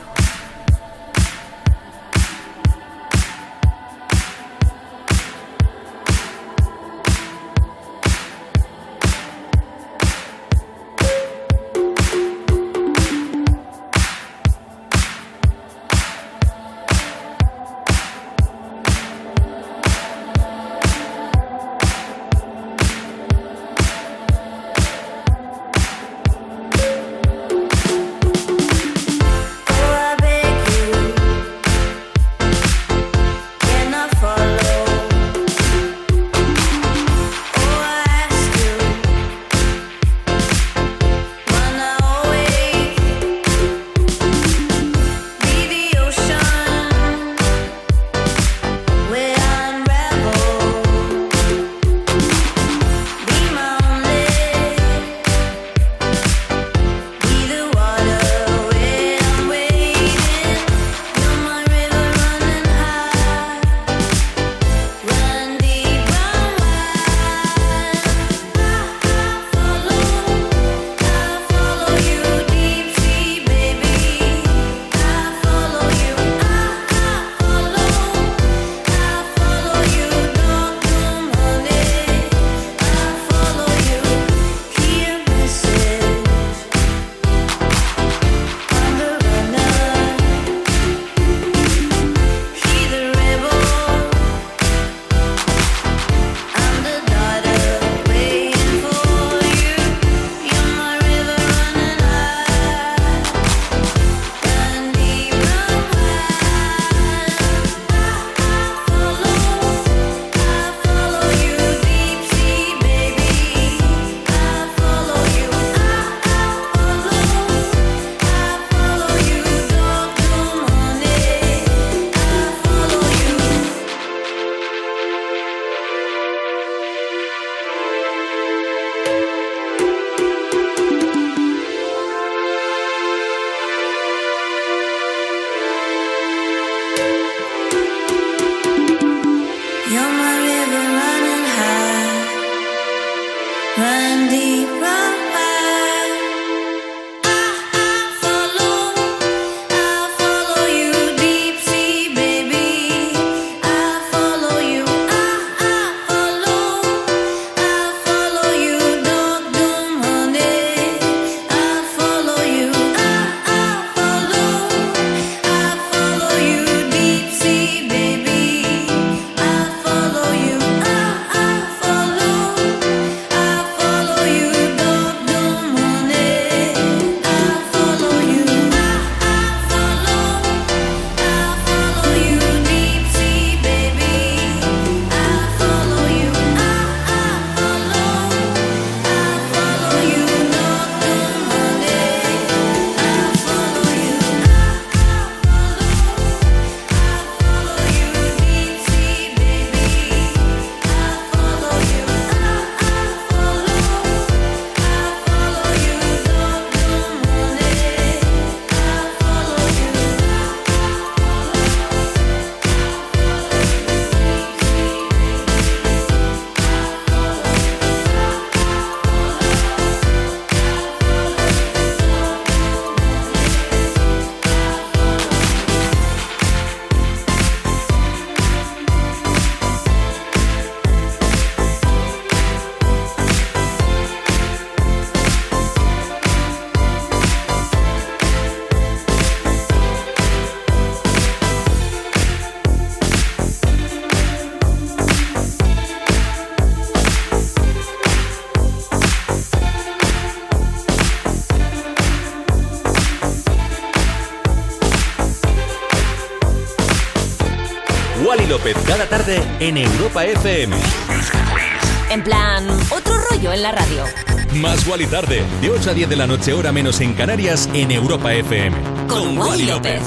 Wally López cada tarde en Europa FM. En plan, otro rollo en la radio. Más Wally Tarde, de 8 a 10 de la noche, hora menos en Canarias, en Europa FM. Con Wally López.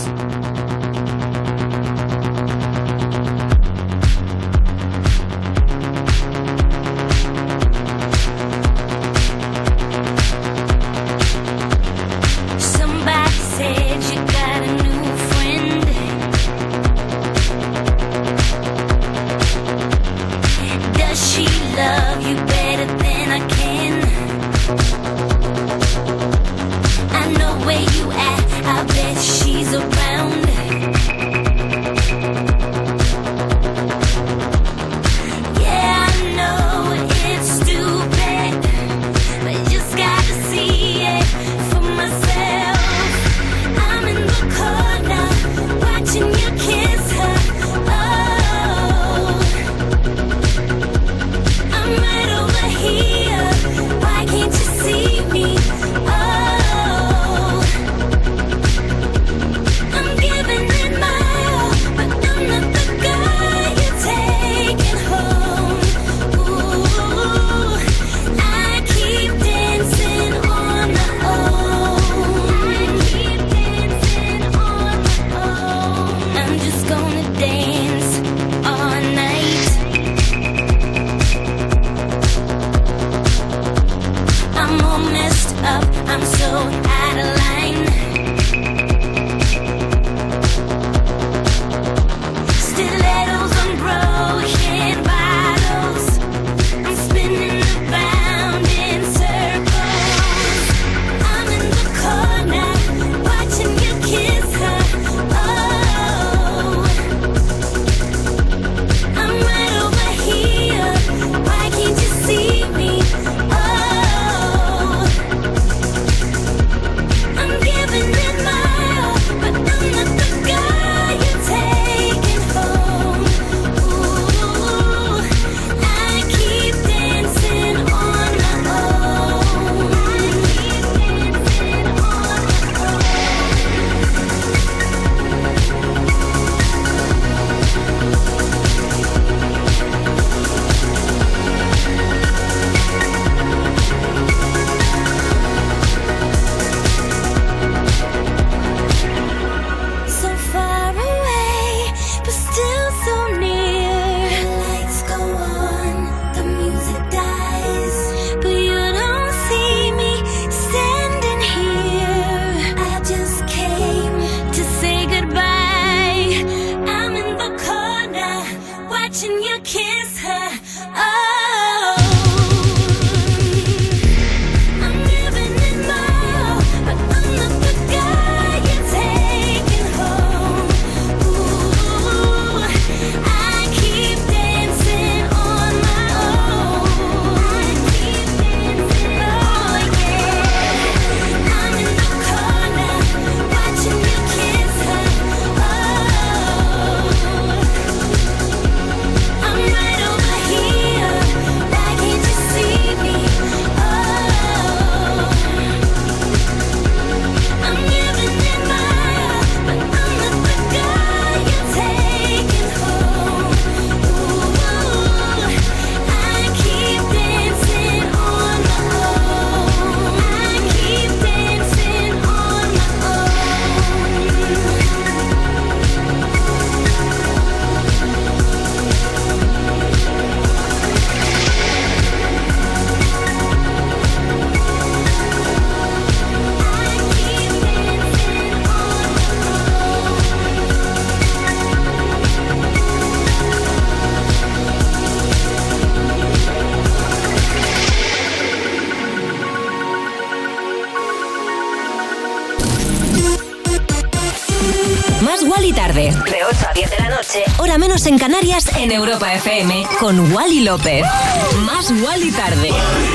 Más Wally Tarde, de 8 a 10 de la noche, hora menos en Canarias, en Europa FM, con Wally López. Más Wally Tarde.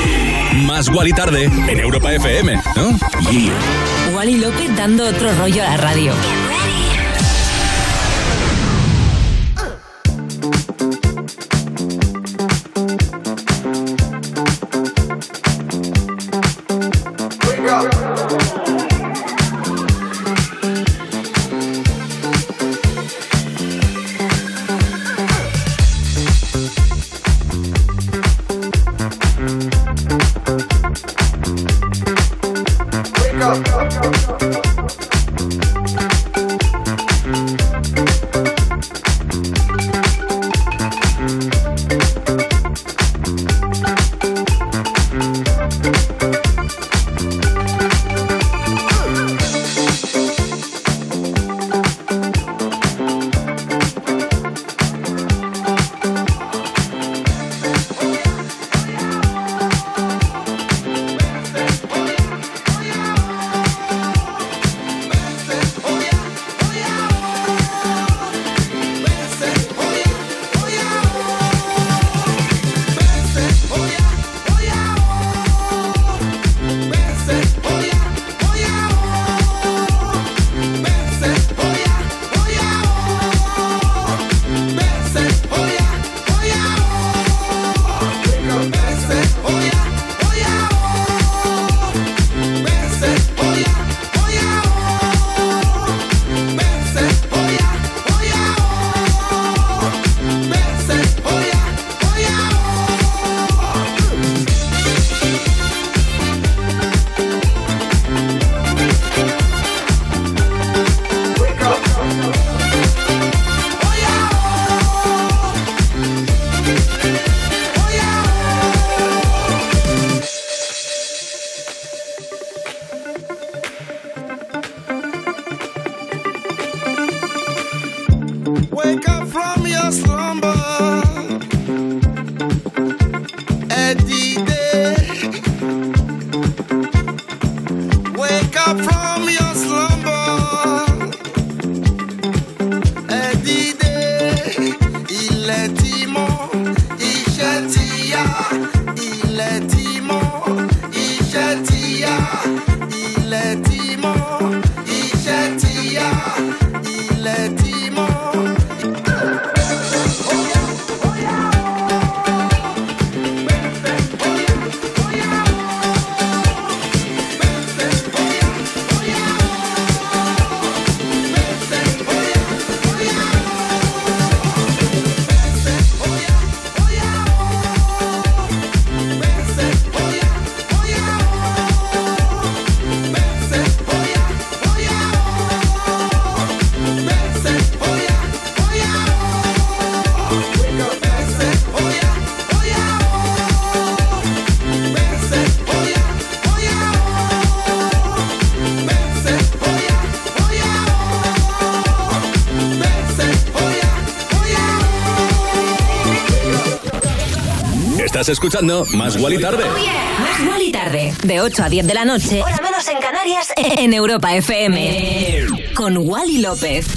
Más Wally Tarde, en Europa FM, ¿no? Yeah. Wally López dando otro rollo a la radio. Estás escuchando Más Guali Tarde. Oh, yeah. Más Guali Tarde. De 8 a 10 de la noche. Hora menos en Canarias. En Europa FM. Con Wally López.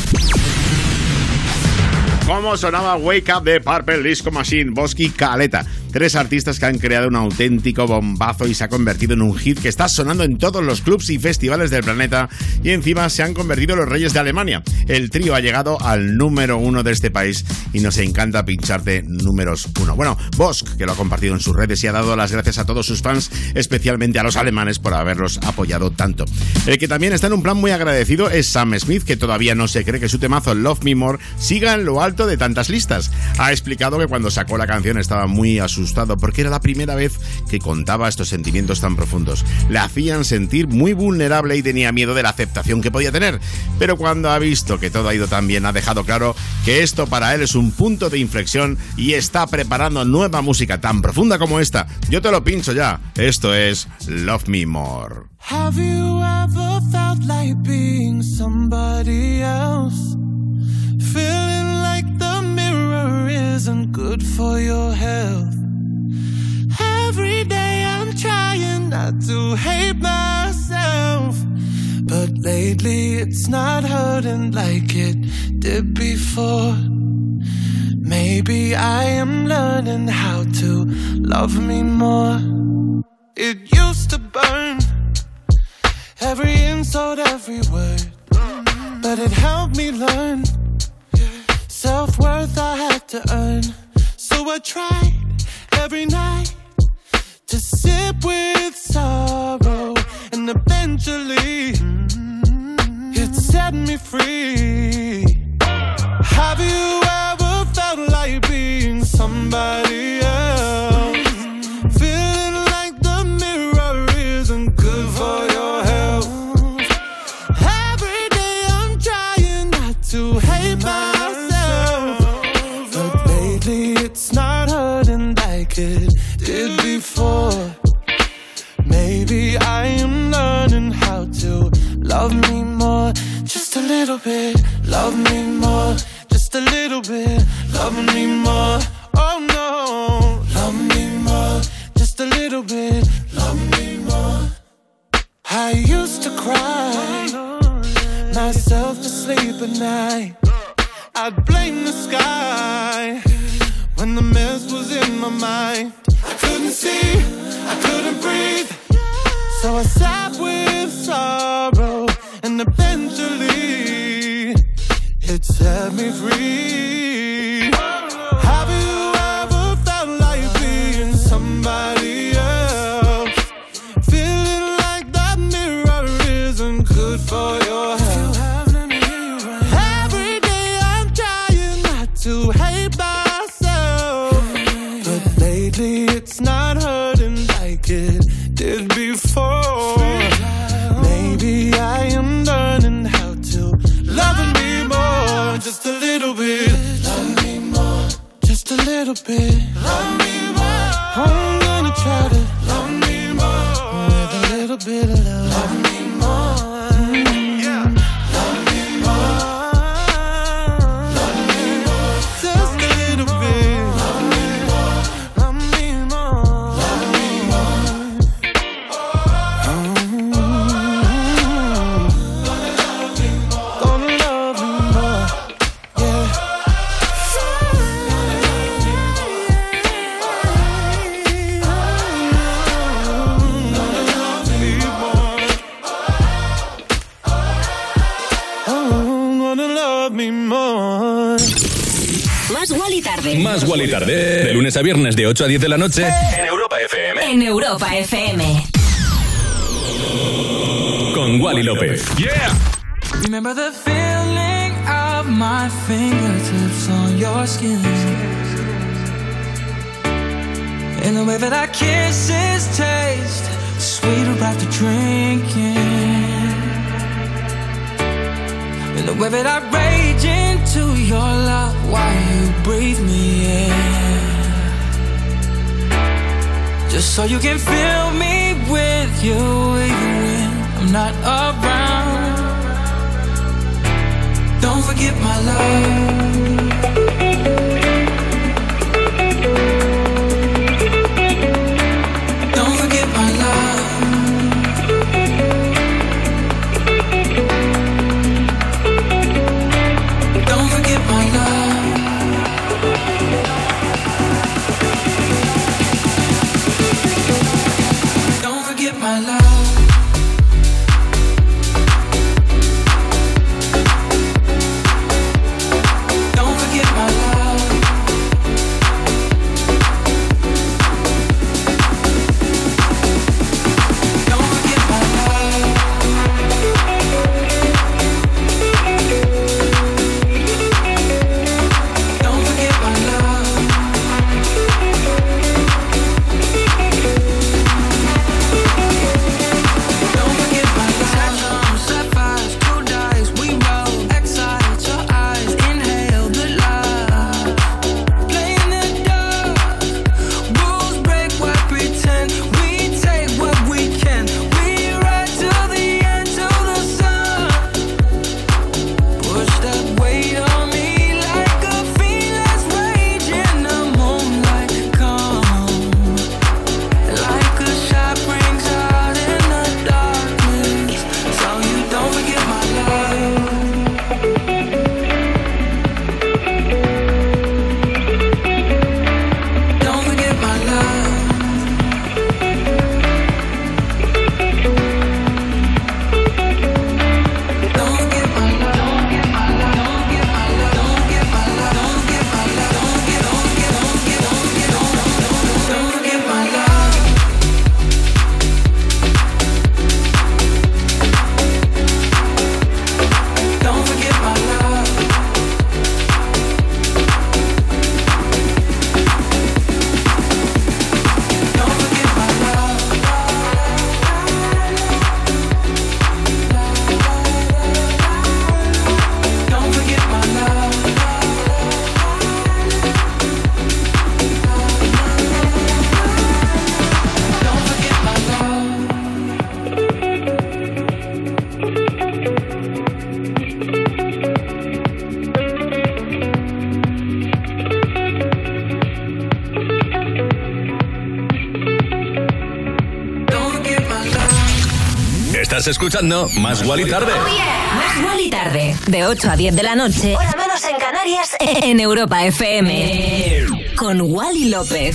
¿Cómo sonaba Wake Up de Purple Disco Machine, Bosky Caleta? 3 artistas que han creado un auténtico bombazo y se ha convertido en un hit que está sonando en todos los clubs y festivales del planeta, y encima se han convertido en los reyes de Alemania. El trío ha llegado al número 1 de este país y nos encanta pincharte números 1. Bueno, Bosk, que lo ha compartido en sus redes y ha dado las gracias a todos sus fans, especialmente a los alemanes, por haberlos apoyado tanto. El que también está en un plan muy agradecido es Sam Smith, que todavía no se cree que su temazo Love Me More siga en lo alto de tantas listas. Ha explicado que cuando sacó la canción estaba muy asustado porque era la primera vez que contaba estos sentimientos tan profundos. Le hacían sentir muy vulnerable y tenía miedo de la aceptación que podía tener. Pero cuando ha visto que todo ha ido tan bien, ha dejado claro que esto para él es un punto de inflexión y está preparando nueva música tan profunda como esta. Yo te lo pincho ya. Esto es Love Me More. Have you ever felt like being somebody else? Feeling like the mirror isn't good for your health. Every day I'm trying not to hate myself, but lately it's not hurting like it did before. Maybe I am learning how to love me more. It used to burn, every insult, every word, but it helped me learn self-worth I had to earn. So I tried every night to sip with sorrow, and eventually it set me free. Have you ever felt like being somebody else? Feeling like the mirror isn't good for your health. Every day I'm trying not to hate myself, but lately it's not hurting like it did before. Maybe I am learning how to love me more. Just a little bit, love me more. Just a little bit, love me more. Oh no, love me more. Just a little bit, love me more. I used to cry myself to sleep at night. I'd blame the sky when the mess was in my mind. I couldn't see, I couldn't breathe, so I sat with sorrow, and eventually it set me free. Have you ever felt like being somebody else? Feeling like that mirror isn't good for your health. Every day I'm trying not to hate myself, but lately it's not hurting like it did before. Maybe I am learning how to love me more. Just a little bit, love me more. Just a little bit, love me more. I'm gonna try to love me more with a little bit of love. Love me more, yeah. Love me more, love me more. Just a little bit, love me more, love me more, love me more. Gonna love me more, yeah. Gonna love me more. Más Wally Tarde. Más Guali Tarde. De lunes a viernes de 8 a 10 de la noche en Europa FM. En Europa FM. Con Wally López. Yeah. Remember the feeling of my fingertips on your skin, and the way that our kisses taste sweeter after drinking, and the way that I rage into your love while you breathe me in, just so you can fill me with you even when I'm not around. Don't forget my love. Estás escuchando Más Guali Tarde. Oh yeah. Más Guali Tarde. De 8 a 10 de la noche. Hora menos en Canarias. En Europa FM. Con Wally López.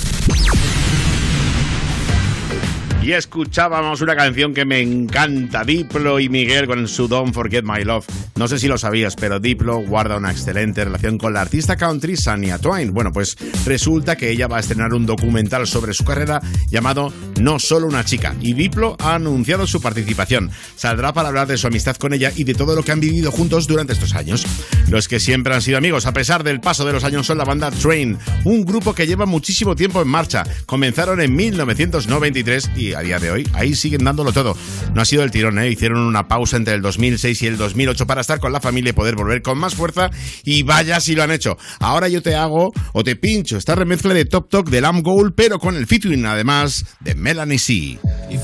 Y escuchábamos una canción que me encanta, Diplo y Miguel con su Don't Forget My Love. No sé si lo sabías, pero Diplo guarda una excelente relación con la artista country Shania Twain. Bueno, pues resulta que ella va a estrenar un documental sobre su carrera llamado No Solo Una Chica. Y Diplo ha anunciado su participación. Saldrá para hablar de su amistad con ella y de todo lo que han vivido juntos durante estos años. Los que siempre han sido amigos, a pesar del paso de los años, son la banda Train, un grupo que lleva muchísimo tiempo en marcha. Comenzaron en 1993 y a día de hoy ahí siguen dándolo todo. No ha sido el tirón, hicieron una pausa entre el 2006 y el 2008 para estar con la familia y poder volver con más fuerza, y vaya si lo han hecho. Ahora yo te hago o te pincho esta remezcla de Top Talk de Lamb Gold, pero con el featuring además de Melanie C.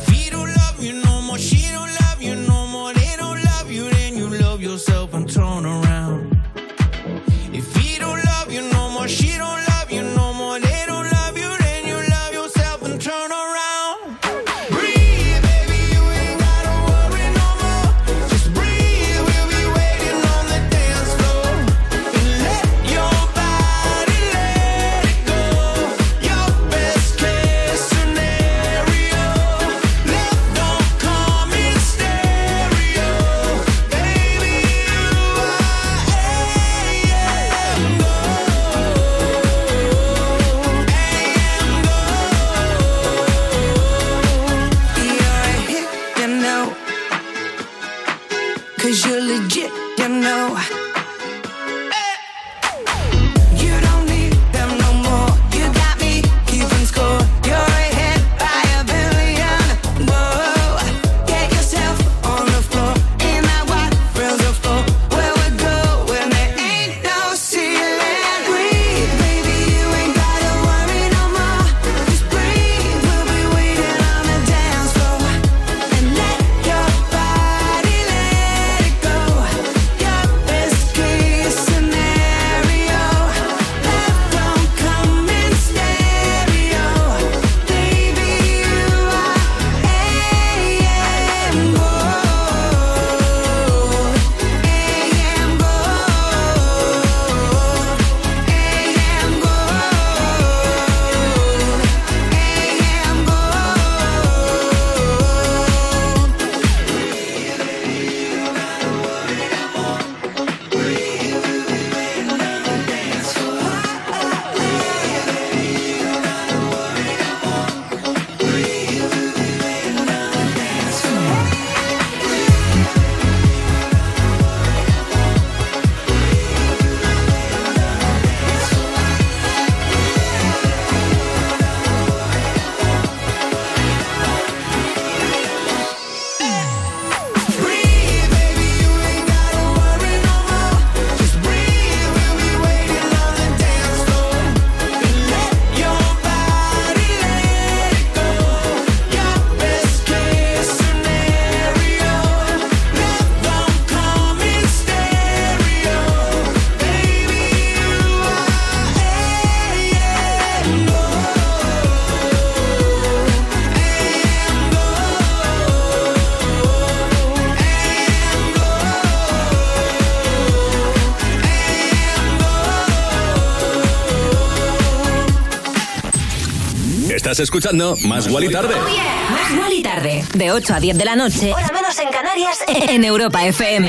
Estás escuchando Más Guali Tarde. Oh yeah. Más Guali Tarde. De 8 a 10 de la noche. Hora menos en Canarias. En Europa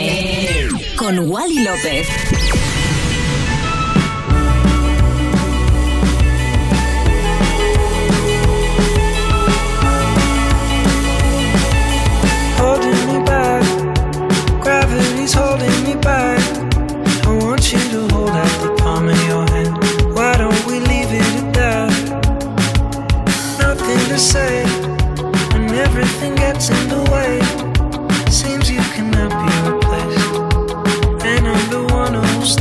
FM. Con Wally López. Holding me back. Gravity's holding me back. I want you to hold out the palm of your hand. Why don't we leave it at that? Nothing to say when everything gets in the way. Seems you cannot be replaced, and I'm the one who's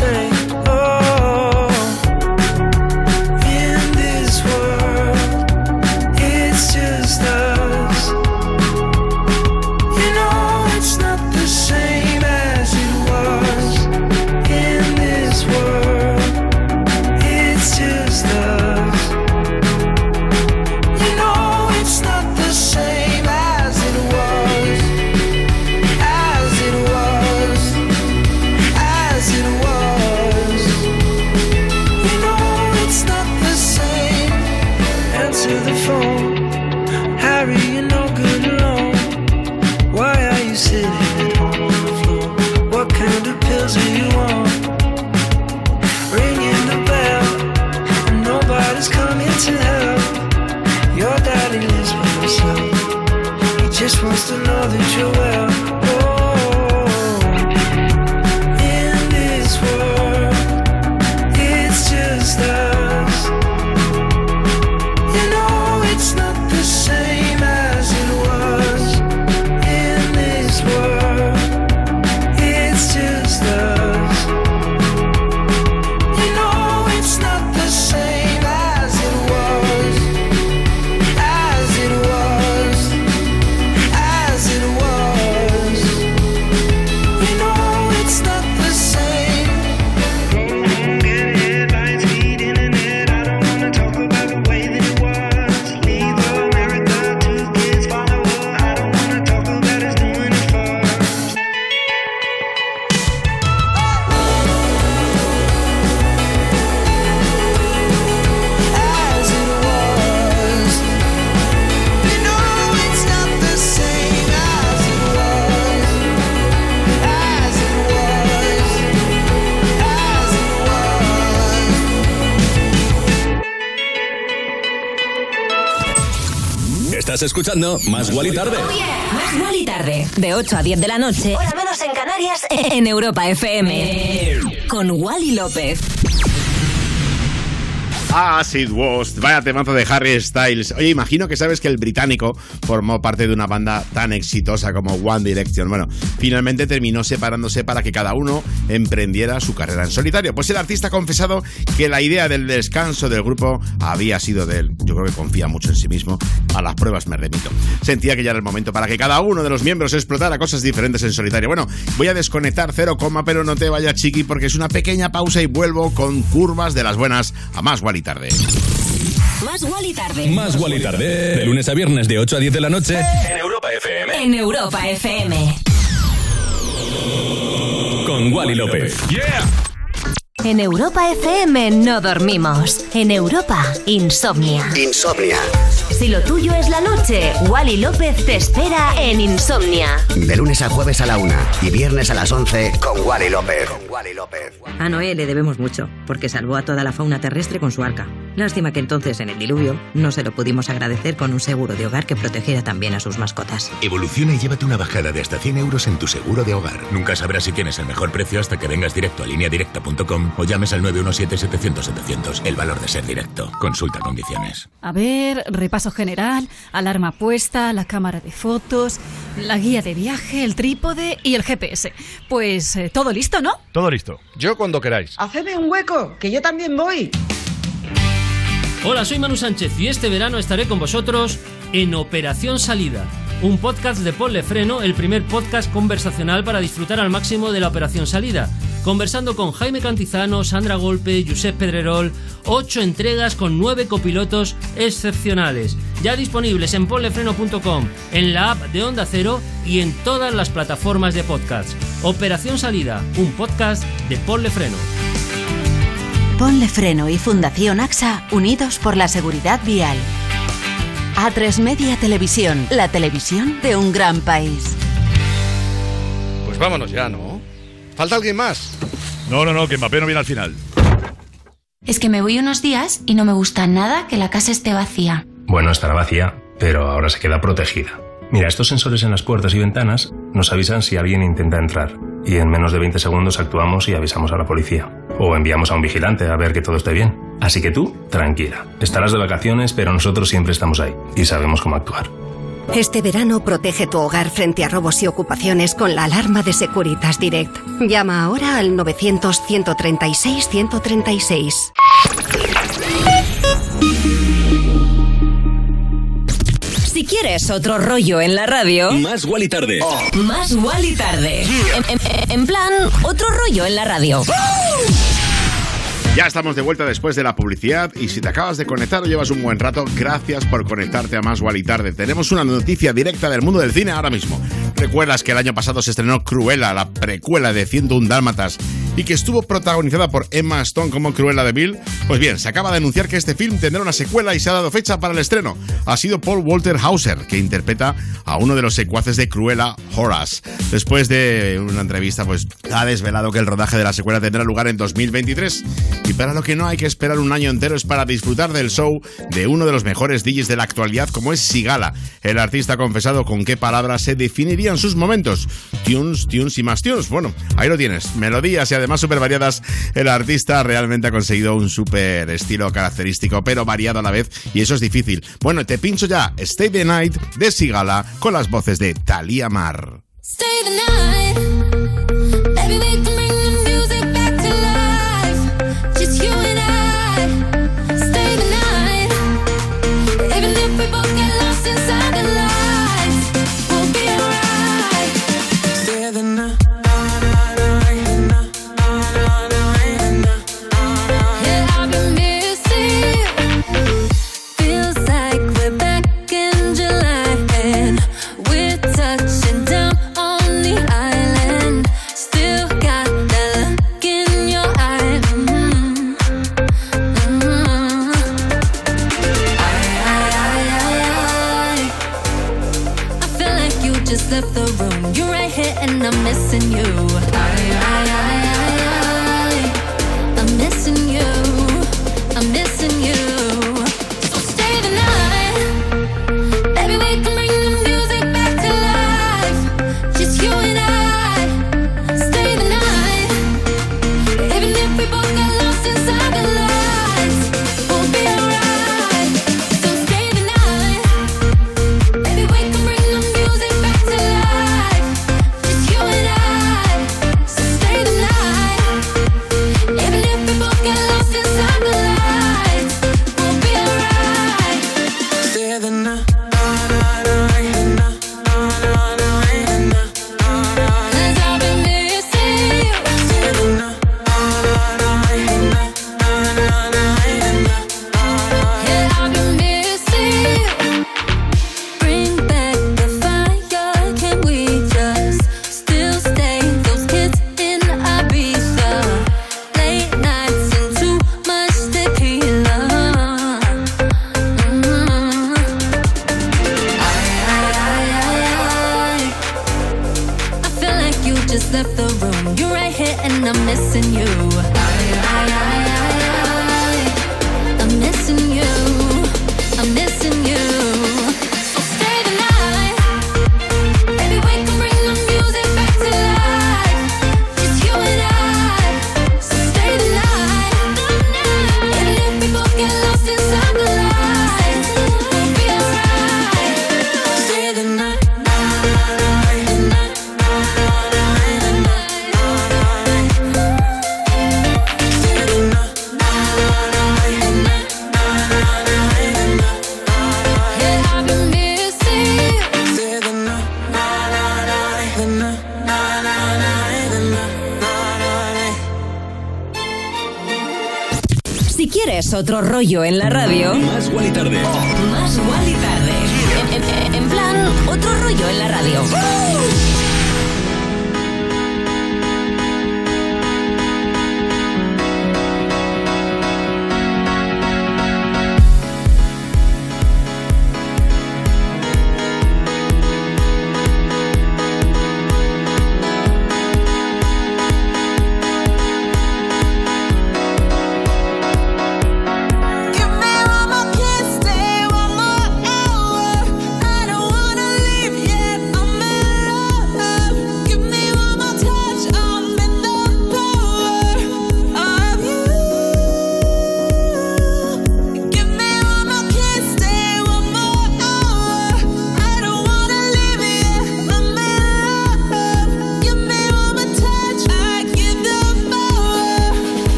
Sorry, you're no good alone. Why are you sitting at home on the floor? What kind of pills are you on? Ringing the bell, and nobody's coming to help. Your daddy lives by himself. He just wants to know that you're well. In this world, it's just us. You know it's not the same as it was. In this world, it's just us. You know it's not the same as it was. As it was. As it was. You know it's not the same. Get headlines, feed internet. I don't wanna talk about the way that it was. Leave America, 2 kids follow her. I don't wanna talk about us doing it first. As it was. You know it's not the same as it was. As it was. As it was. Estás escuchando Más Guali Tarde. Más Guali Tarde, de 8 a 10 de la noche, hora menos en Canarias, en Europa FM. Con Wally López. As It Was, vaya temazo de Harry Styles. Oye, imagino que sabes que el británico formó parte de una banda tan exitosa como One Direction. Bueno, finalmente terminó separándose para que cada uno emprendiera su carrera en solitario. Pues el artista ha confesado que la idea del descanso del grupo había sido de él. Yo creo que confía mucho en sí mismo. A las pruebas me remito. Sentía que ya era el momento para que cada uno de los miembros explotara cosas diferentes en solitario. Bueno, voy a desconectar 0, pero no te vayas, chiqui, porque es una pequeña pausa y vuelvo con curvas de las buenas a Más Guali Tarde. Más Guali Tarde. Más Guali Tarde. De lunes a viernes de 8 a 10 de la noche en Europa FM. En Europa FM. Con Wally López. Yeah. En Europa FM no dormimos. En Europa, Insomnia. Insomnia. Si lo tuyo es la noche, Wally López te espera en Insomnia. De lunes a jueves a la 1 y viernes a las 11 con Wally López. A Noé le debemos mucho, porque salvó a toda la fauna terrestre con su arca. Lástima que entonces, en el diluvio, no se lo pudimos agradecer con un seguro de hogar que protegiera también a sus mascotas. Evoluciona y llévate una bajada de hasta 100 euros en tu seguro de hogar. Nunca sabrás si tienes el mejor precio hasta que vengas directo a lineadirecta.com o llames al 917-700-700. El valor de ser directo. Consulta condiciones. A ver, repaso general, alarma puesta, la cámara de fotos, la guía de viaje, el trípode y el GPS. Pues todo listo, ¿no? Todo listo. Yo cuando queráis. Hacedme un hueco, que yo también voy. Hola, soy Manu Sánchez y este verano estaré con vosotros en Operación Salida, un podcast de Ponle Freno, el primer podcast conversacional para disfrutar al máximo de la Operación Salida, conversando con Jaime Cantizano, Sandra Golpe, Josep Pedrerol, 8 entregas con 9 copilotos excepcionales, ya disponibles en ponlefreno.com, en la app de Onda Cero y en todas las plataformas de podcast. Operación Salida, un podcast de Ponle Freno. Ponle Freno y Fundación AXA, unidos por la seguridad vial. A3 Media Televisión, la televisión de un gran país. Pues vámonos ya, ¿no? ¿Falta alguien más? No, que Mbappé no viene al final. Es que me voy unos días y no me gusta nada que la casa esté vacía. Bueno, estará vacía, pero ahora se queda protegida. Mira, estos sensores en las puertas y ventanas nos avisan si alguien intenta entrar. Y en menos de 20 segundos actuamos y avisamos a la policía. O enviamos a un vigilante a ver que todo esté bien. Así que tú, tranquila. Estarás de vacaciones, pero nosotros siempre estamos ahí. Y sabemos cómo actuar. Este verano protege tu hogar frente a robos y ocupaciones con la alarma de Securitas Direct. Llama ahora al 900-136-136. Si quieres otro rollo en la radio, Más Guali Tarde. Más Guali Tarde. En plan, otro rollo en la radio. Ya estamos de vuelta después de la publicidad y si te acabas de conectar o llevas un buen rato, gracias por conectarte a Más Guali Tarde. Tenemos una noticia directa del mundo del cine ahora mismo. ¿Recuerdas que el año pasado se estrenó Cruella, la precuela de 101 Dálmatas, y que estuvo protagonizada por Emma Stone como Cruella de Vil. Pues bien, se acaba de anunciar que este film tendrá una secuela y se ha dado fecha para el estreno. Ha sido Paul Walter Hauser, que interpreta a uno de los secuaces de Cruella, Horace. Después de una entrevista, pues ha desvelado que el rodaje de la secuela tendrá lugar en 2023. Y para lo que no hay que esperar un año entero es para disfrutar del show de uno de los mejores DJs de la actualidad, como es Sigala. El artista ha confesado con qué palabras se definirían sus momentos. Tunes, tunes y más tunes. Bueno, ahí lo tienes. Melodías y además súper variadas. El artista realmente ha conseguido un súper estilo característico, pero variado a la vez, y eso es difícil. Bueno, te pincho ya Stay the Night de Sigala con las voces de Thalía Mar. Stay the night, baby, we can bring the music back to life. Just you and I. Stay the night, even if we both get lost inside the lights, we'll be alright. Stay the night. Left the room, you're right here and I'm missing you. I'm missing you, I'm missing you. So stay the night, baby, we can bring the music back to life. Just you and I. Stay the night, even if we both get lost inside the lights, we'll be alright. So stay the night, baby, we can bring the music back to life. Just you and I. So stay the night, even if we both get lost inside the lights, we'll be alright. Stay the night. Just left the room, you're right here and I'm missing you. I'm missing you, I'm missing you. So stay the night, baby, we can bring the music back to life. Just you and I. So stay the night, even if we both get lost inside the lights, we'll be alright. Stay the night. Si quieres otro rollo en la radio, Más Guali Tarde. Más Guali Tarde. En plan, otro rollo en la radio. One more hour, I don't wanna leave yet. I'm in love.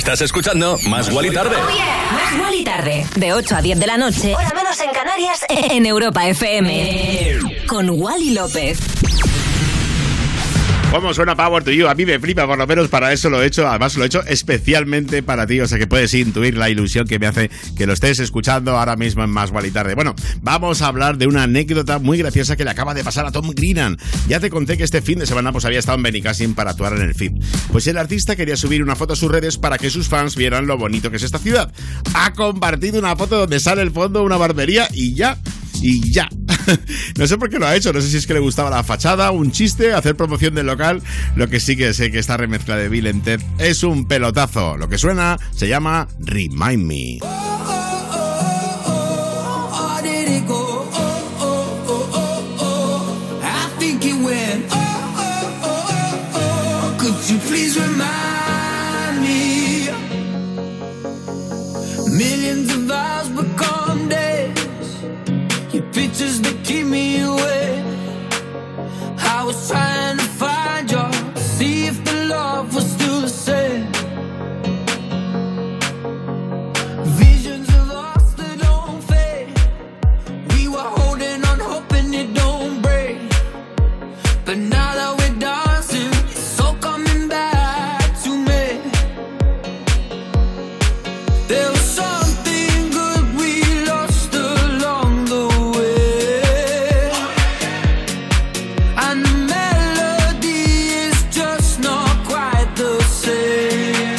Estás escuchando Más Guali Tarde. Oh yeah. Más Guali Tarde. De 8 a 10 de la noche. Hora menos en Canarias. En Europa FM. Con Wally López. ¿Cómo suena Power to You? A mí me flipa, por lo menos para eso lo he hecho. Además lo he hecho especialmente para ti, o sea que puedes intuir la ilusión que me hace que lo estés escuchando ahora mismo en Más Guali Tarde. Bueno, vamos a hablar de una anécdota muy graciosa que le acaba de pasar a Tom Grennan. Ya te conté que este fin de semana pues había estado en Benicàssim para actuar en el FIP. Pues el artista quería subir una foto a sus redes para que sus fans vieran lo bonito que es esta ciudad. Ha compartido una foto donde sale el fondo una barbería y ya. No sé por qué lo ha hecho, no sé si es que le gustaba la fachada, un chiste, hacer promoción del local. Lo que sí que sé que esta remezcla de Bill and Ted es un pelotazo. Lo que suena se llama Remind Me. Millions of hours become days. Your pictures that keep me away. I was trying to find you, see if the love was still the same. Visions of us that don't fade. We were holding on, hoping it don't break. But now that we're dancing, it's all coming back to me. There was something good we lost along the way, and the melody is just not quite the same.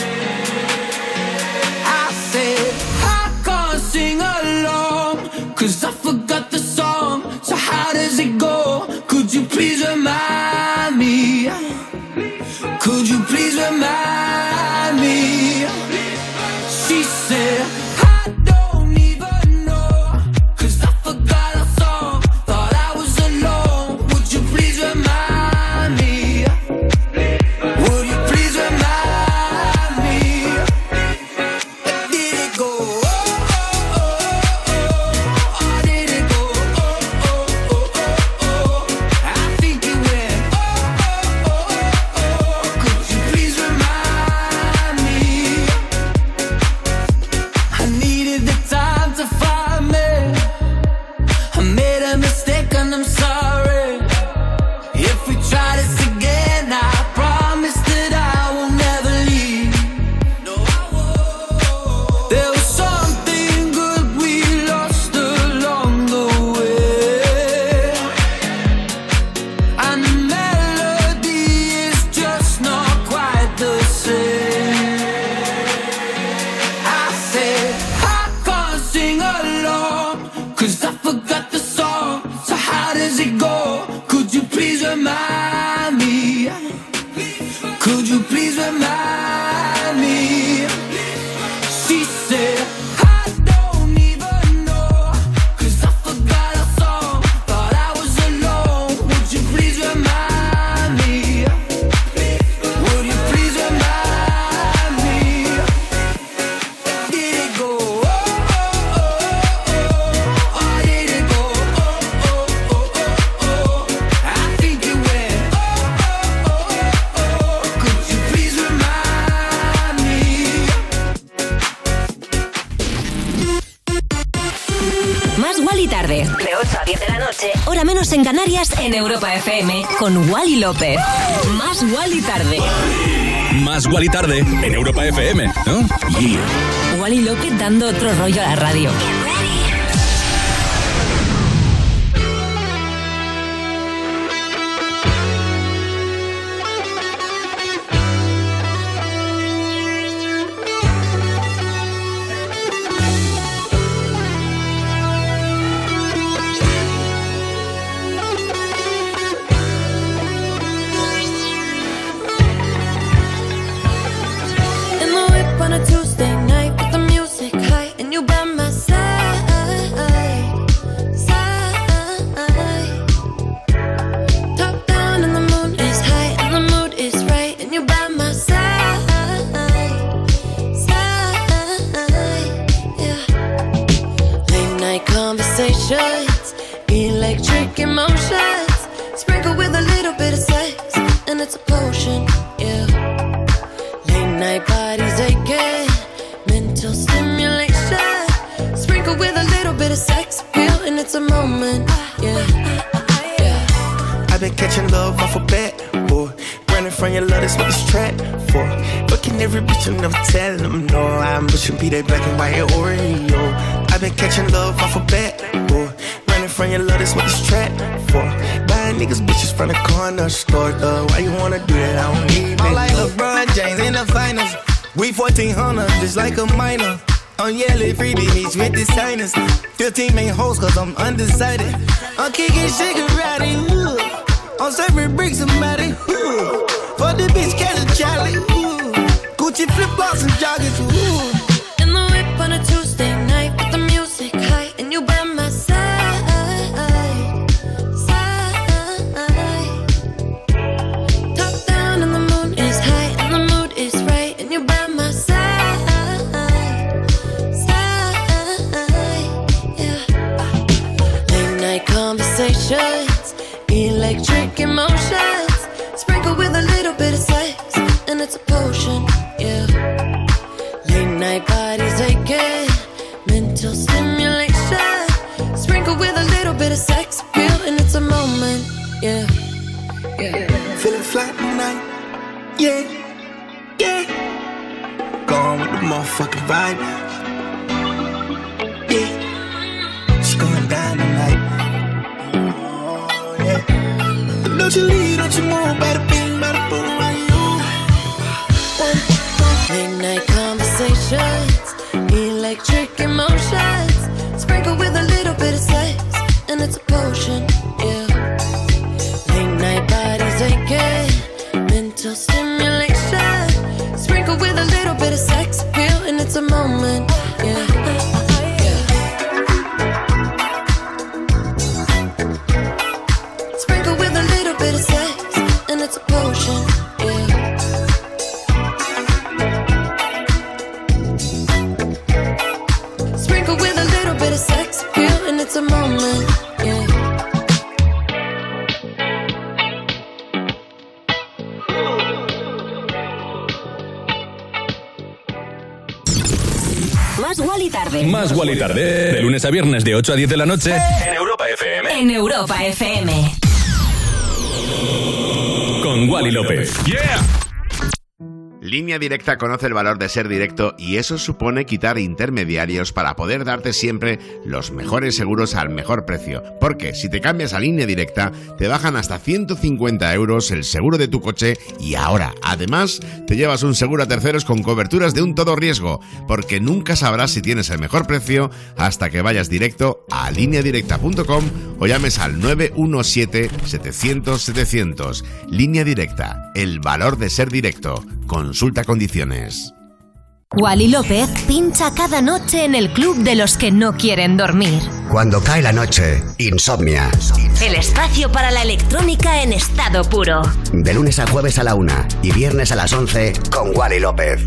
I said I can't sing along, 'cause I forgot the song. So how does it go? Could you please remind me? Could you please remind me? She said I don't even know, 'cause I forgot our song. Thought I was alone. Would you please remind me? Would you please remind me? Did it go? Or did it go? I think it went. Could you please remind me? I needed the time to find me. I made a mistake and I'm sorry. If we try this again, I promise that I will never leave. No, I won't. There was something good we lost along the way, and the melody is just not quite the same. I said I can't sing along, 'cause I forgot the song. So how does it go? Could you please remind me? Could you please remind me? She said I don't even know, 'cause I forgot our song. Thought I was alone. Would you please remind me? Would you please remind me? Did it go? Or did it go? I think it went. Could you please remind me? Más Wally Tarde. De 8 a 10 de la noche. Hora menos en Canarias. En Europa FM. Con Wally López. Más Wally Tarde. Más Guali Tarde en Europa FM, ¿no? Yeah. Wally López dando otro rollo a la radio. In the whip on a Tuesday night with the music high and you by my side. catching love off a bat, boy. Running from your love, that's what this trap for. Fucking every bitch and never telling them no. I'm pushing be that black and white Oreo. I've been catching love off a bat, boy. Running from your love, that's what this trap for. Buying niggas bitches from the corner store, though. Why you wanna do that? I don't need it. I'm like LeBron James in the finals. We 1400, just like a minor. I'm yelling freebie beats with the signers. 15 main hoes cause I'm undecided. I'm kicking Shigarati, ooh. I'm serving bricks and Matty, ooh. For the bitch, Kelly Charlie, ooh. Gucci flip-flops and joggers, ooh. In the whip on a Tuesday night with the music high. And you by my side. Top down and the moon is high. And the mood is right. And you by my side. Conversations, electric emotions, sprinkled with a little bit of sex, and it's a potion, yeah. Late night bodies aching, mental stimulation, sprinkled with a little bit of sex appeal, and it's a moment, yeah. Feeling fly tonight, yeah, yeah. Going with the motherfucking vibe, yeah. It's going down tonight. Don't you leave, don't you move, bada bing, bada boom, around you. Late night conversations, electric emotions, sprinkled with a little bit of sex, and it's a potion, yeah. Late night bodies aching, mental stimulation, sprinkled with a little bit of sex appeal, and it's a moment, yeah. It's a potion, yeah. Sprinkle with a little bit of sex appeal, and it's a moment, yeah. Más Wally Tarde. Más Wally Tarde. De lunes a viernes de 8 a 10 de la noche. En Europa FM. En Europa FM. Con Wally López. ¡Yeah! Línea Directa conoce el valor de ser directo y eso supone quitar intermediarios para poder darte siempre los mejores seguros al mejor precio. Porque si te cambias a Línea Directa, te bajan hasta 150 euros el seguro de tu coche y ahora, además, te llevas un seguro a terceros con coberturas de un todo riesgo, porque nunca sabrás si tienes el mejor precio hasta que vayas directo a lineadirecta.com o llames al 917-700-700. Línea Directa, el valor de ser directo. Consulta condiciones. Wally López pincha cada noche en el club de los que no quieren dormir. Cuando cae la noche, Insomnia. El espacio para la electrónica en estado puro. De lunes a jueves a la 1 y viernes a las 11 con Wally López.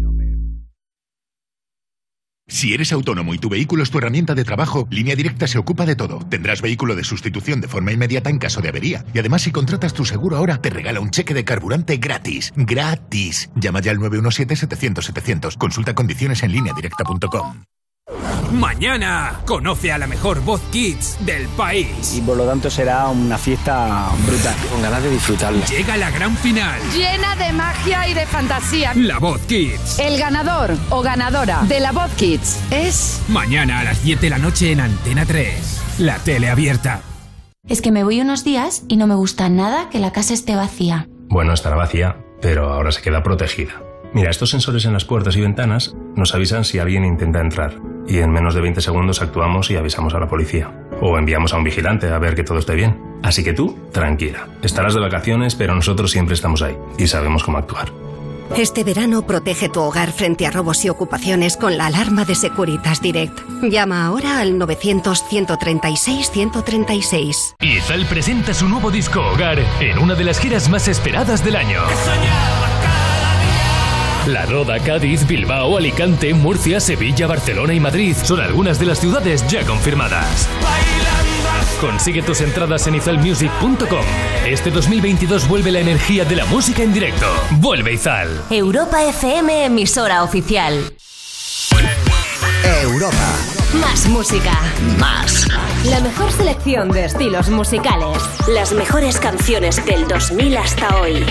Si eres autónomo y tu vehículo es tu herramienta de trabajo, Línea Directa se ocupa de todo. Tendrás vehículo de sustitución de forma inmediata en caso de avería. Y además, si contratas tu seguro ahora, te regala un cheque de carburante gratis. ¡Gratis! Llama ya al 917-700-700. Consulta condiciones en lineadirecta.com. Mañana conoce a la mejor voz kids del país. Y por lo tanto será una fiesta brutal, con ganas de disfrutarla. Llega la gran final. Llena de magia y de fantasía. La Voz Kids. El ganador o ganadora de la Voz Kids es... Mañana a las 10 de la noche en Antena 3. La tele abierta. Es que me voy unos días y no me gusta nada que la casa esté vacía. Bueno, estará vacía, pero ahora se queda protegida. Mira, estos sensores en las puertas y ventanas nos avisan si alguien intenta entrar. Y en menos de 20 segundos actuamos y avisamos a la policía. O enviamos a un vigilante a ver que todo esté bien. Así que tú, tranquila. Estarás de vacaciones, pero nosotros siempre estamos ahí. Y sabemos cómo actuar. Este verano protege tu hogar frente a robos y ocupaciones con la alarma de Securitas Direct. Llama ahora al 900-136-136. Izal presenta su nuevo disco Hogar en una de las giras más esperadas del año. La Roda, Cádiz, Bilbao, Alicante, Murcia, Sevilla, Barcelona y Madrid son algunas de las ciudades ya confirmadas. Consigue tus entradas en izalmusic.com. Este 2022 vuelve la energía de la música en directo. Vuelve Izal. Europa FM, emisora oficial. Europa. Más música. Más. La mejor selección de estilos musicales. Las mejores canciones del 2000 hasta hoy.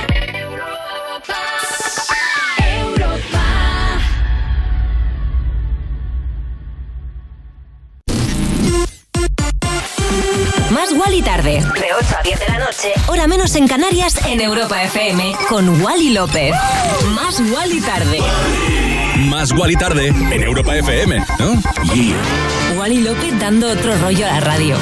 Más Wally tarde. De 8 a 10 de la noche. Hora menos en Canarias en Europa FM. Con Wally López. Más Wally tarde. Más Wally tarde en Europa FM, ¿no? Yeah. Wally López dando otro rollo a la radio.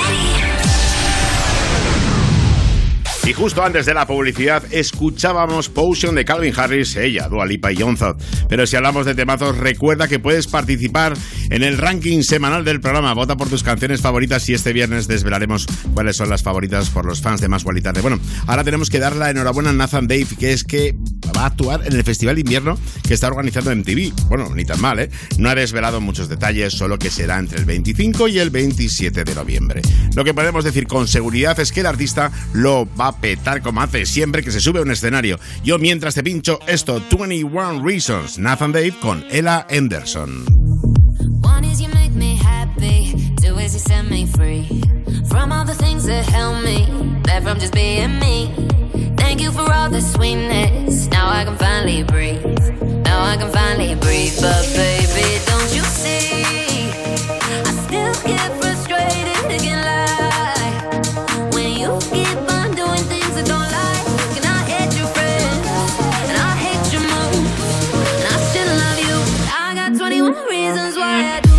Y justo antes de la publicidad escuchábamos Potion de Calvin Harris, ella, Dua Lipa y Young Thug. Pero si hablamos de temazos, recuerda que puedes participar en el ranking semanal del programa. Vota por tus canciones favoritas y este viernes desvelaremos cuáles son las favoritas por los fans de Más Wally Tarde. Bueno, ahora tenemos que dar la enhorabuena a Nathan Dave, que es que va a actuar en el Festival de Invierno que está organizando MTV. Bueno, ni tan mal, ¿eh? No ha desvelado muchos detalles, solo que será entre el 25 y el 27 de noviembre. Lo que podemos decir con seguridad es que el artista lo va a petar como hace siempre que se sube a un escenario. Yo mientras te pincho esto, 21 Reasons, Nathan Dave con Ella Henderson. One is you make me happy, two is you set me free from all the things that held me back from just being me. Thank you for all the sweetness, now I can finally breathe, now I can finally breathe. But baby, don't you see, I still get frustrated again like when you keep on doing things I don't like. And I hate your friends, and I hate your moves, and I still love you. I got 21 reasons why I do.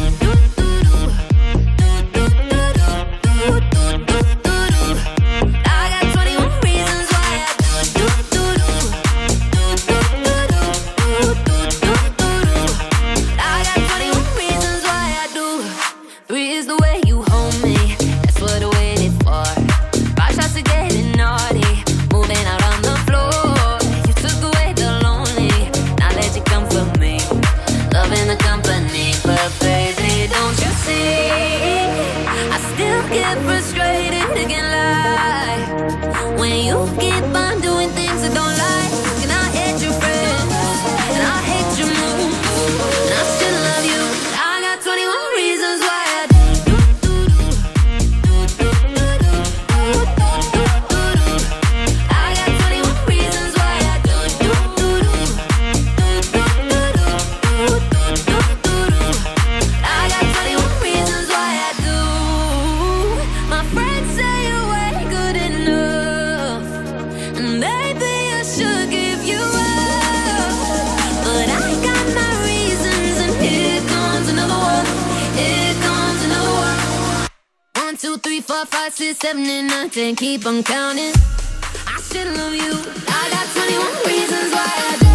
And keep on counting. I still love you. I got 21 reasons why I do.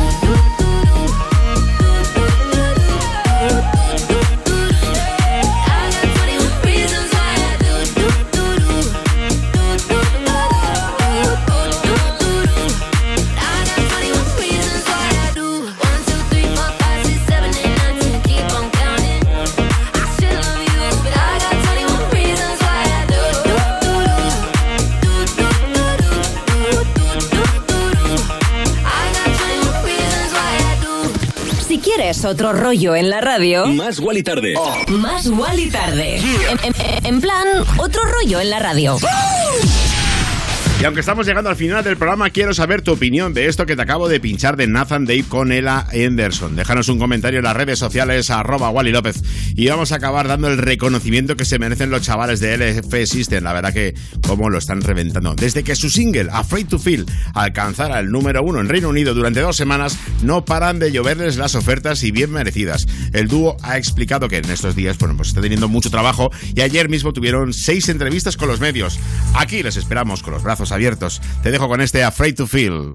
¿Quieres otro rollo en la radio? Más Wally tarde. Más Wally tarde. En plan, otro rollo en la radio. Y aunque estamos llegando al final del programa, quiero saber tu opinión de esto que te acabo de pinchar de Nathan Dave con Ella Henderson. Déjanos un comentario en las redes sociales @Wally López. Y vamos a acabar dando el reconocimiento que se merecen los chavales de LF System. La verdad que cómo lo están reventando. Desde que su single Afraid to Feel alcanzara el número 1 en Reino Unido durante 2 semanas, no paran de lloverles las ofertas y bien merecidas. El dúo ha explicado que en estos días pues está teniendo mucho trabajo y ayer mismo tuvieron 6 entrevistas con los medios. Aquí les esperamos con los brazos abiertos. Te dejo con este Afraid to Feel.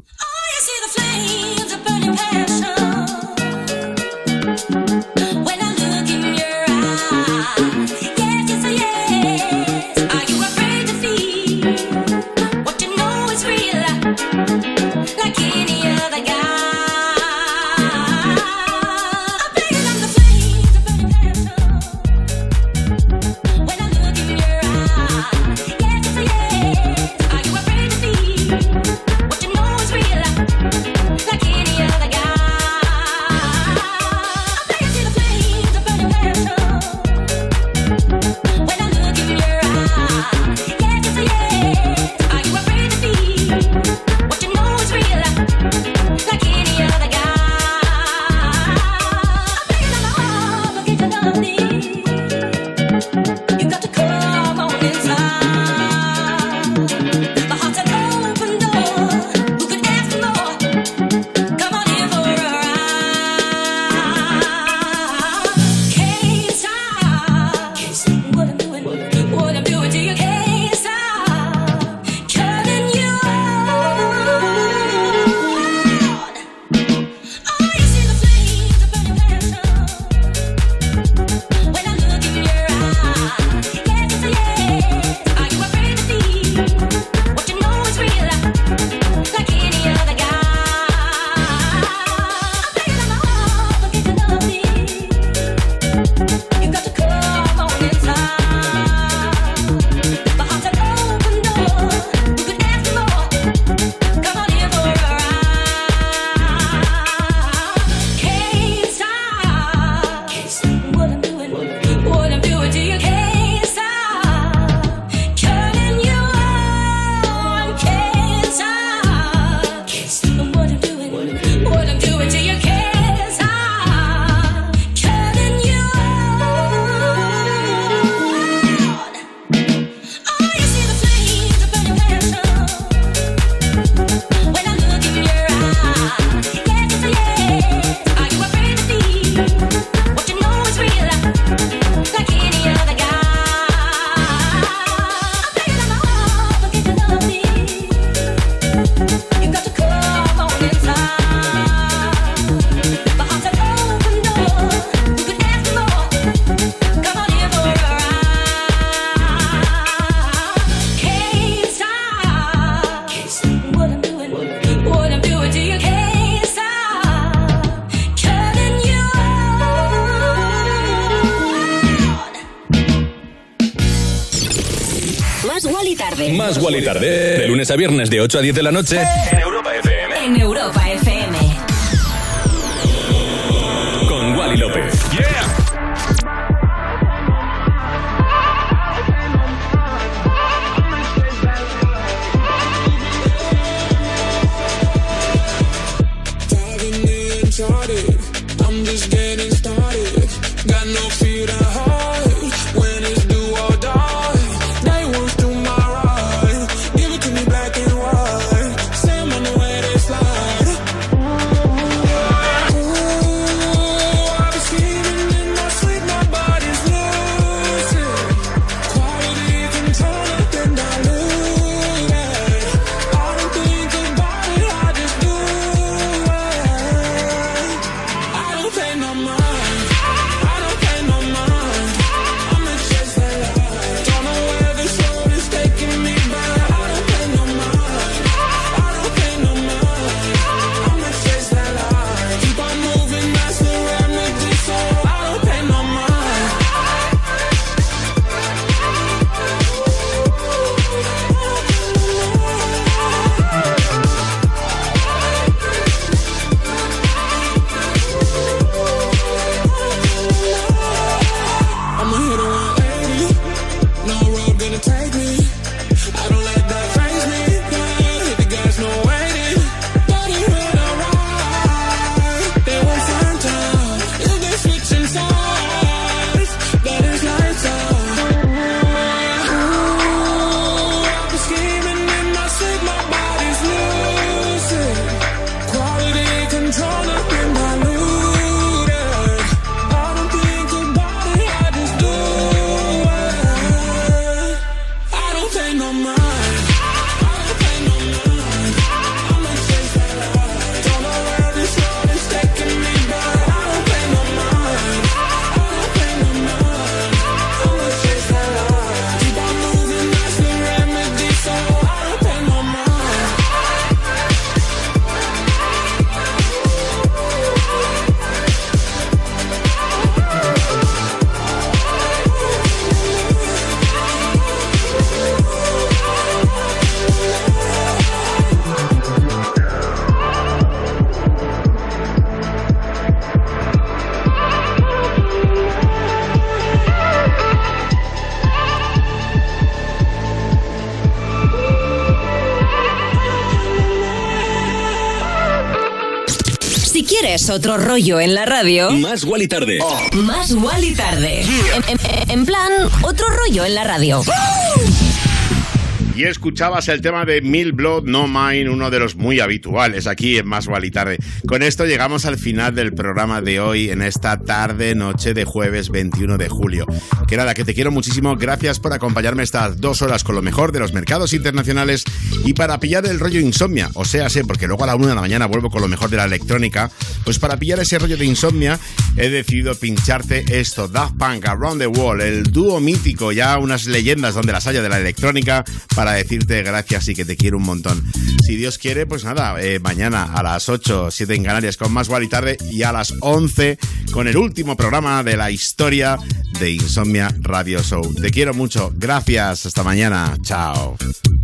Like Más Wally Tarde. De lunes a viernes de 8 a 10 de la noche. En Europa FM. En Europa FM. Con Wally López. Yeah. I'm just getting started. Got no fear to hide. When it's do or die. They want to my right. Give it to me black and white. Same on the way they slide. quieres otro rollo en la radio, Más Wally Tarde. Más Wally Tarde. En plan, otro rollo en la radio. Y escuchabas el tema de Mil Blood No Mine, uno de los muy habituales aquí en Más Wally Tarde. Con esto llegamos al final del programa de hoy, en esta tarde, noche de jueves 21 de julio. Que nada, que te quiero muchísimo. Gracias por acompañarme estas 2 horas con lo mejor de los mercados internacionales y para pillar el rollo insomnia. O sea, sé, porque luego a la 1 de la mañana vuelvo con lo mejor de la electrónica. Pues para pillar ese rollo de insomnia he decidido pincharte esto, Daft Punk, Around the World, el dúo mítico, ya unas leyendas donde las haya de la electrónica, para decirte gracias y que te quiero un montón. Si Dios quiere, pues nada, mañana a las 8, 7 en Canarias con Más Wally Tarde y a las 11 con el último programa de la historia de Insomnia Radio Show. Te quiero mucho, gracias, hasta mañana, chao.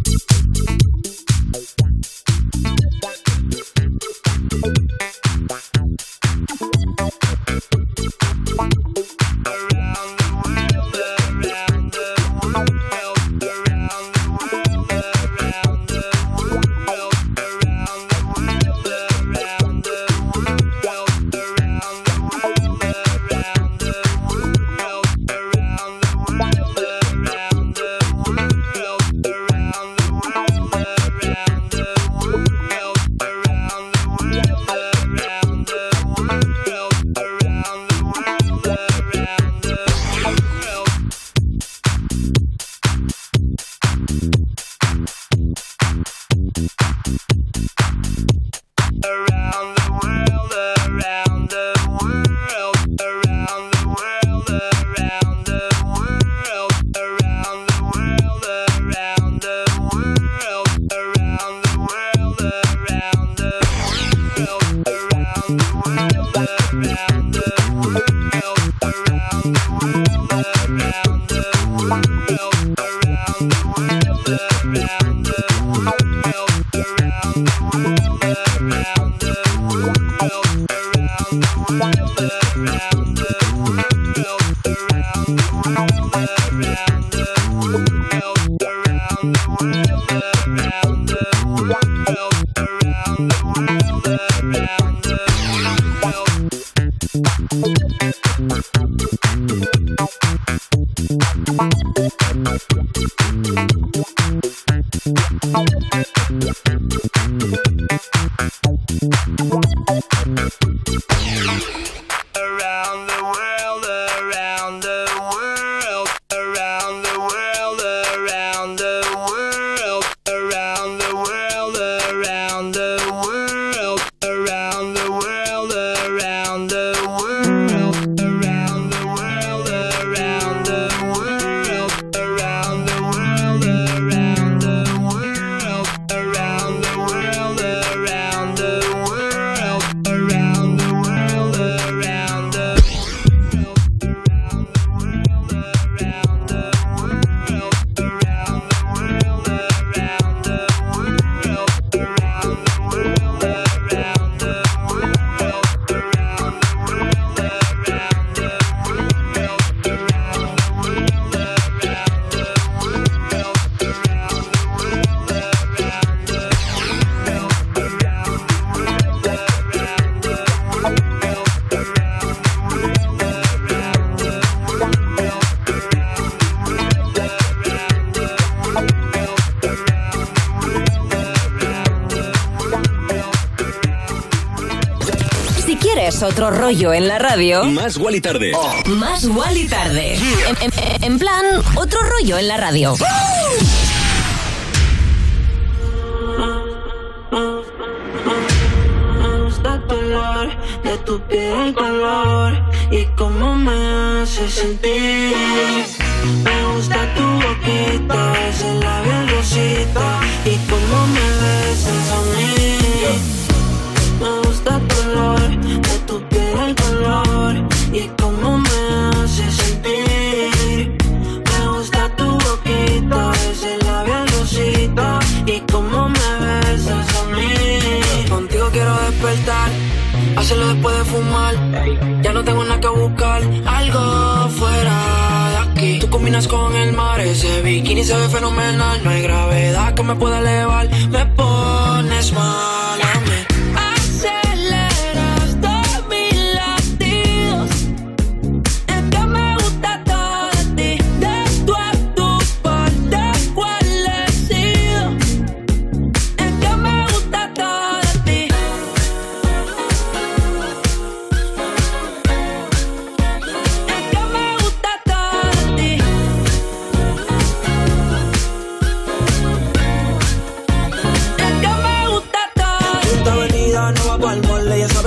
Otro rollo en la radio, Más Wally Tarde. Más Wally Tarde. En plan, otro rollo en la radio. Me gusta tu olor, de tu piel color y cómo me hace sentir. Me gusta tu boquita, ese labial rosita y cómo me besas a mí. Me gusta tu olor, de tu piel el color y cómo me hace sentir. Me gusta tu boquita, ese labial rosita y cómo me besas a mí. Contigo quiero despertar, hacerlo después de fumar. Ya no tengo nada que buscar, algo fuera de aquí. Tú combinas con el mar, ese bikini se ve fenomenal. No hay gravedad que me pueda elevar, me pones mal a mí. Aceleras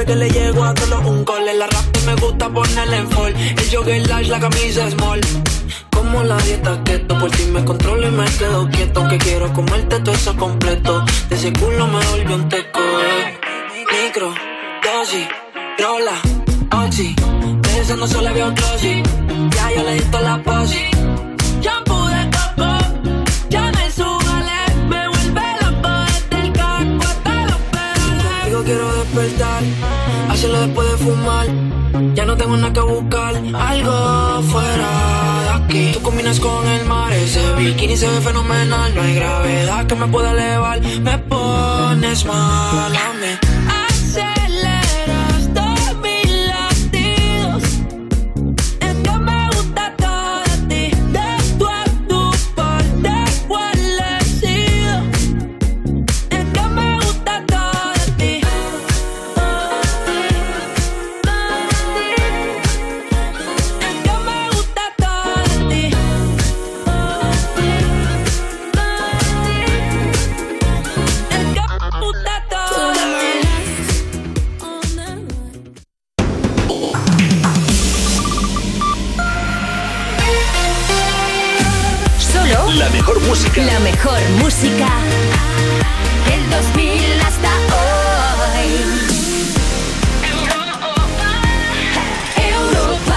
sabe que le llego a solo un gol. En la rap me gusta ponerle en fall. El jogger large, la camisa small. Como la dieta keto, por ti me controlo y me quedo quieto. Aunque quiero comerte todo eso completo. De ese culo me volvió un teco, Micro, dosis, rola, oxi. De eso no solo veo glossy. Ya yo le di toda la posi. Shampoo de coco, ya me subale. Me vuelve loco desde el carro hasta los pedales. Contigo quiero despertar, hacerlo después de fumar. Ya no tengo nada que buscar, algo fuera de aquí. Tú combinas con el mar, ese bikini se ve fenomenal. No hay gravedad que me pueda elevar. Me pones mal a mí. Aceleras todos mis latidos. Es que me gusta todo de ti. De tú a tu parte establecido. Es que me gusta todo de ti. La mejor música. La mejor música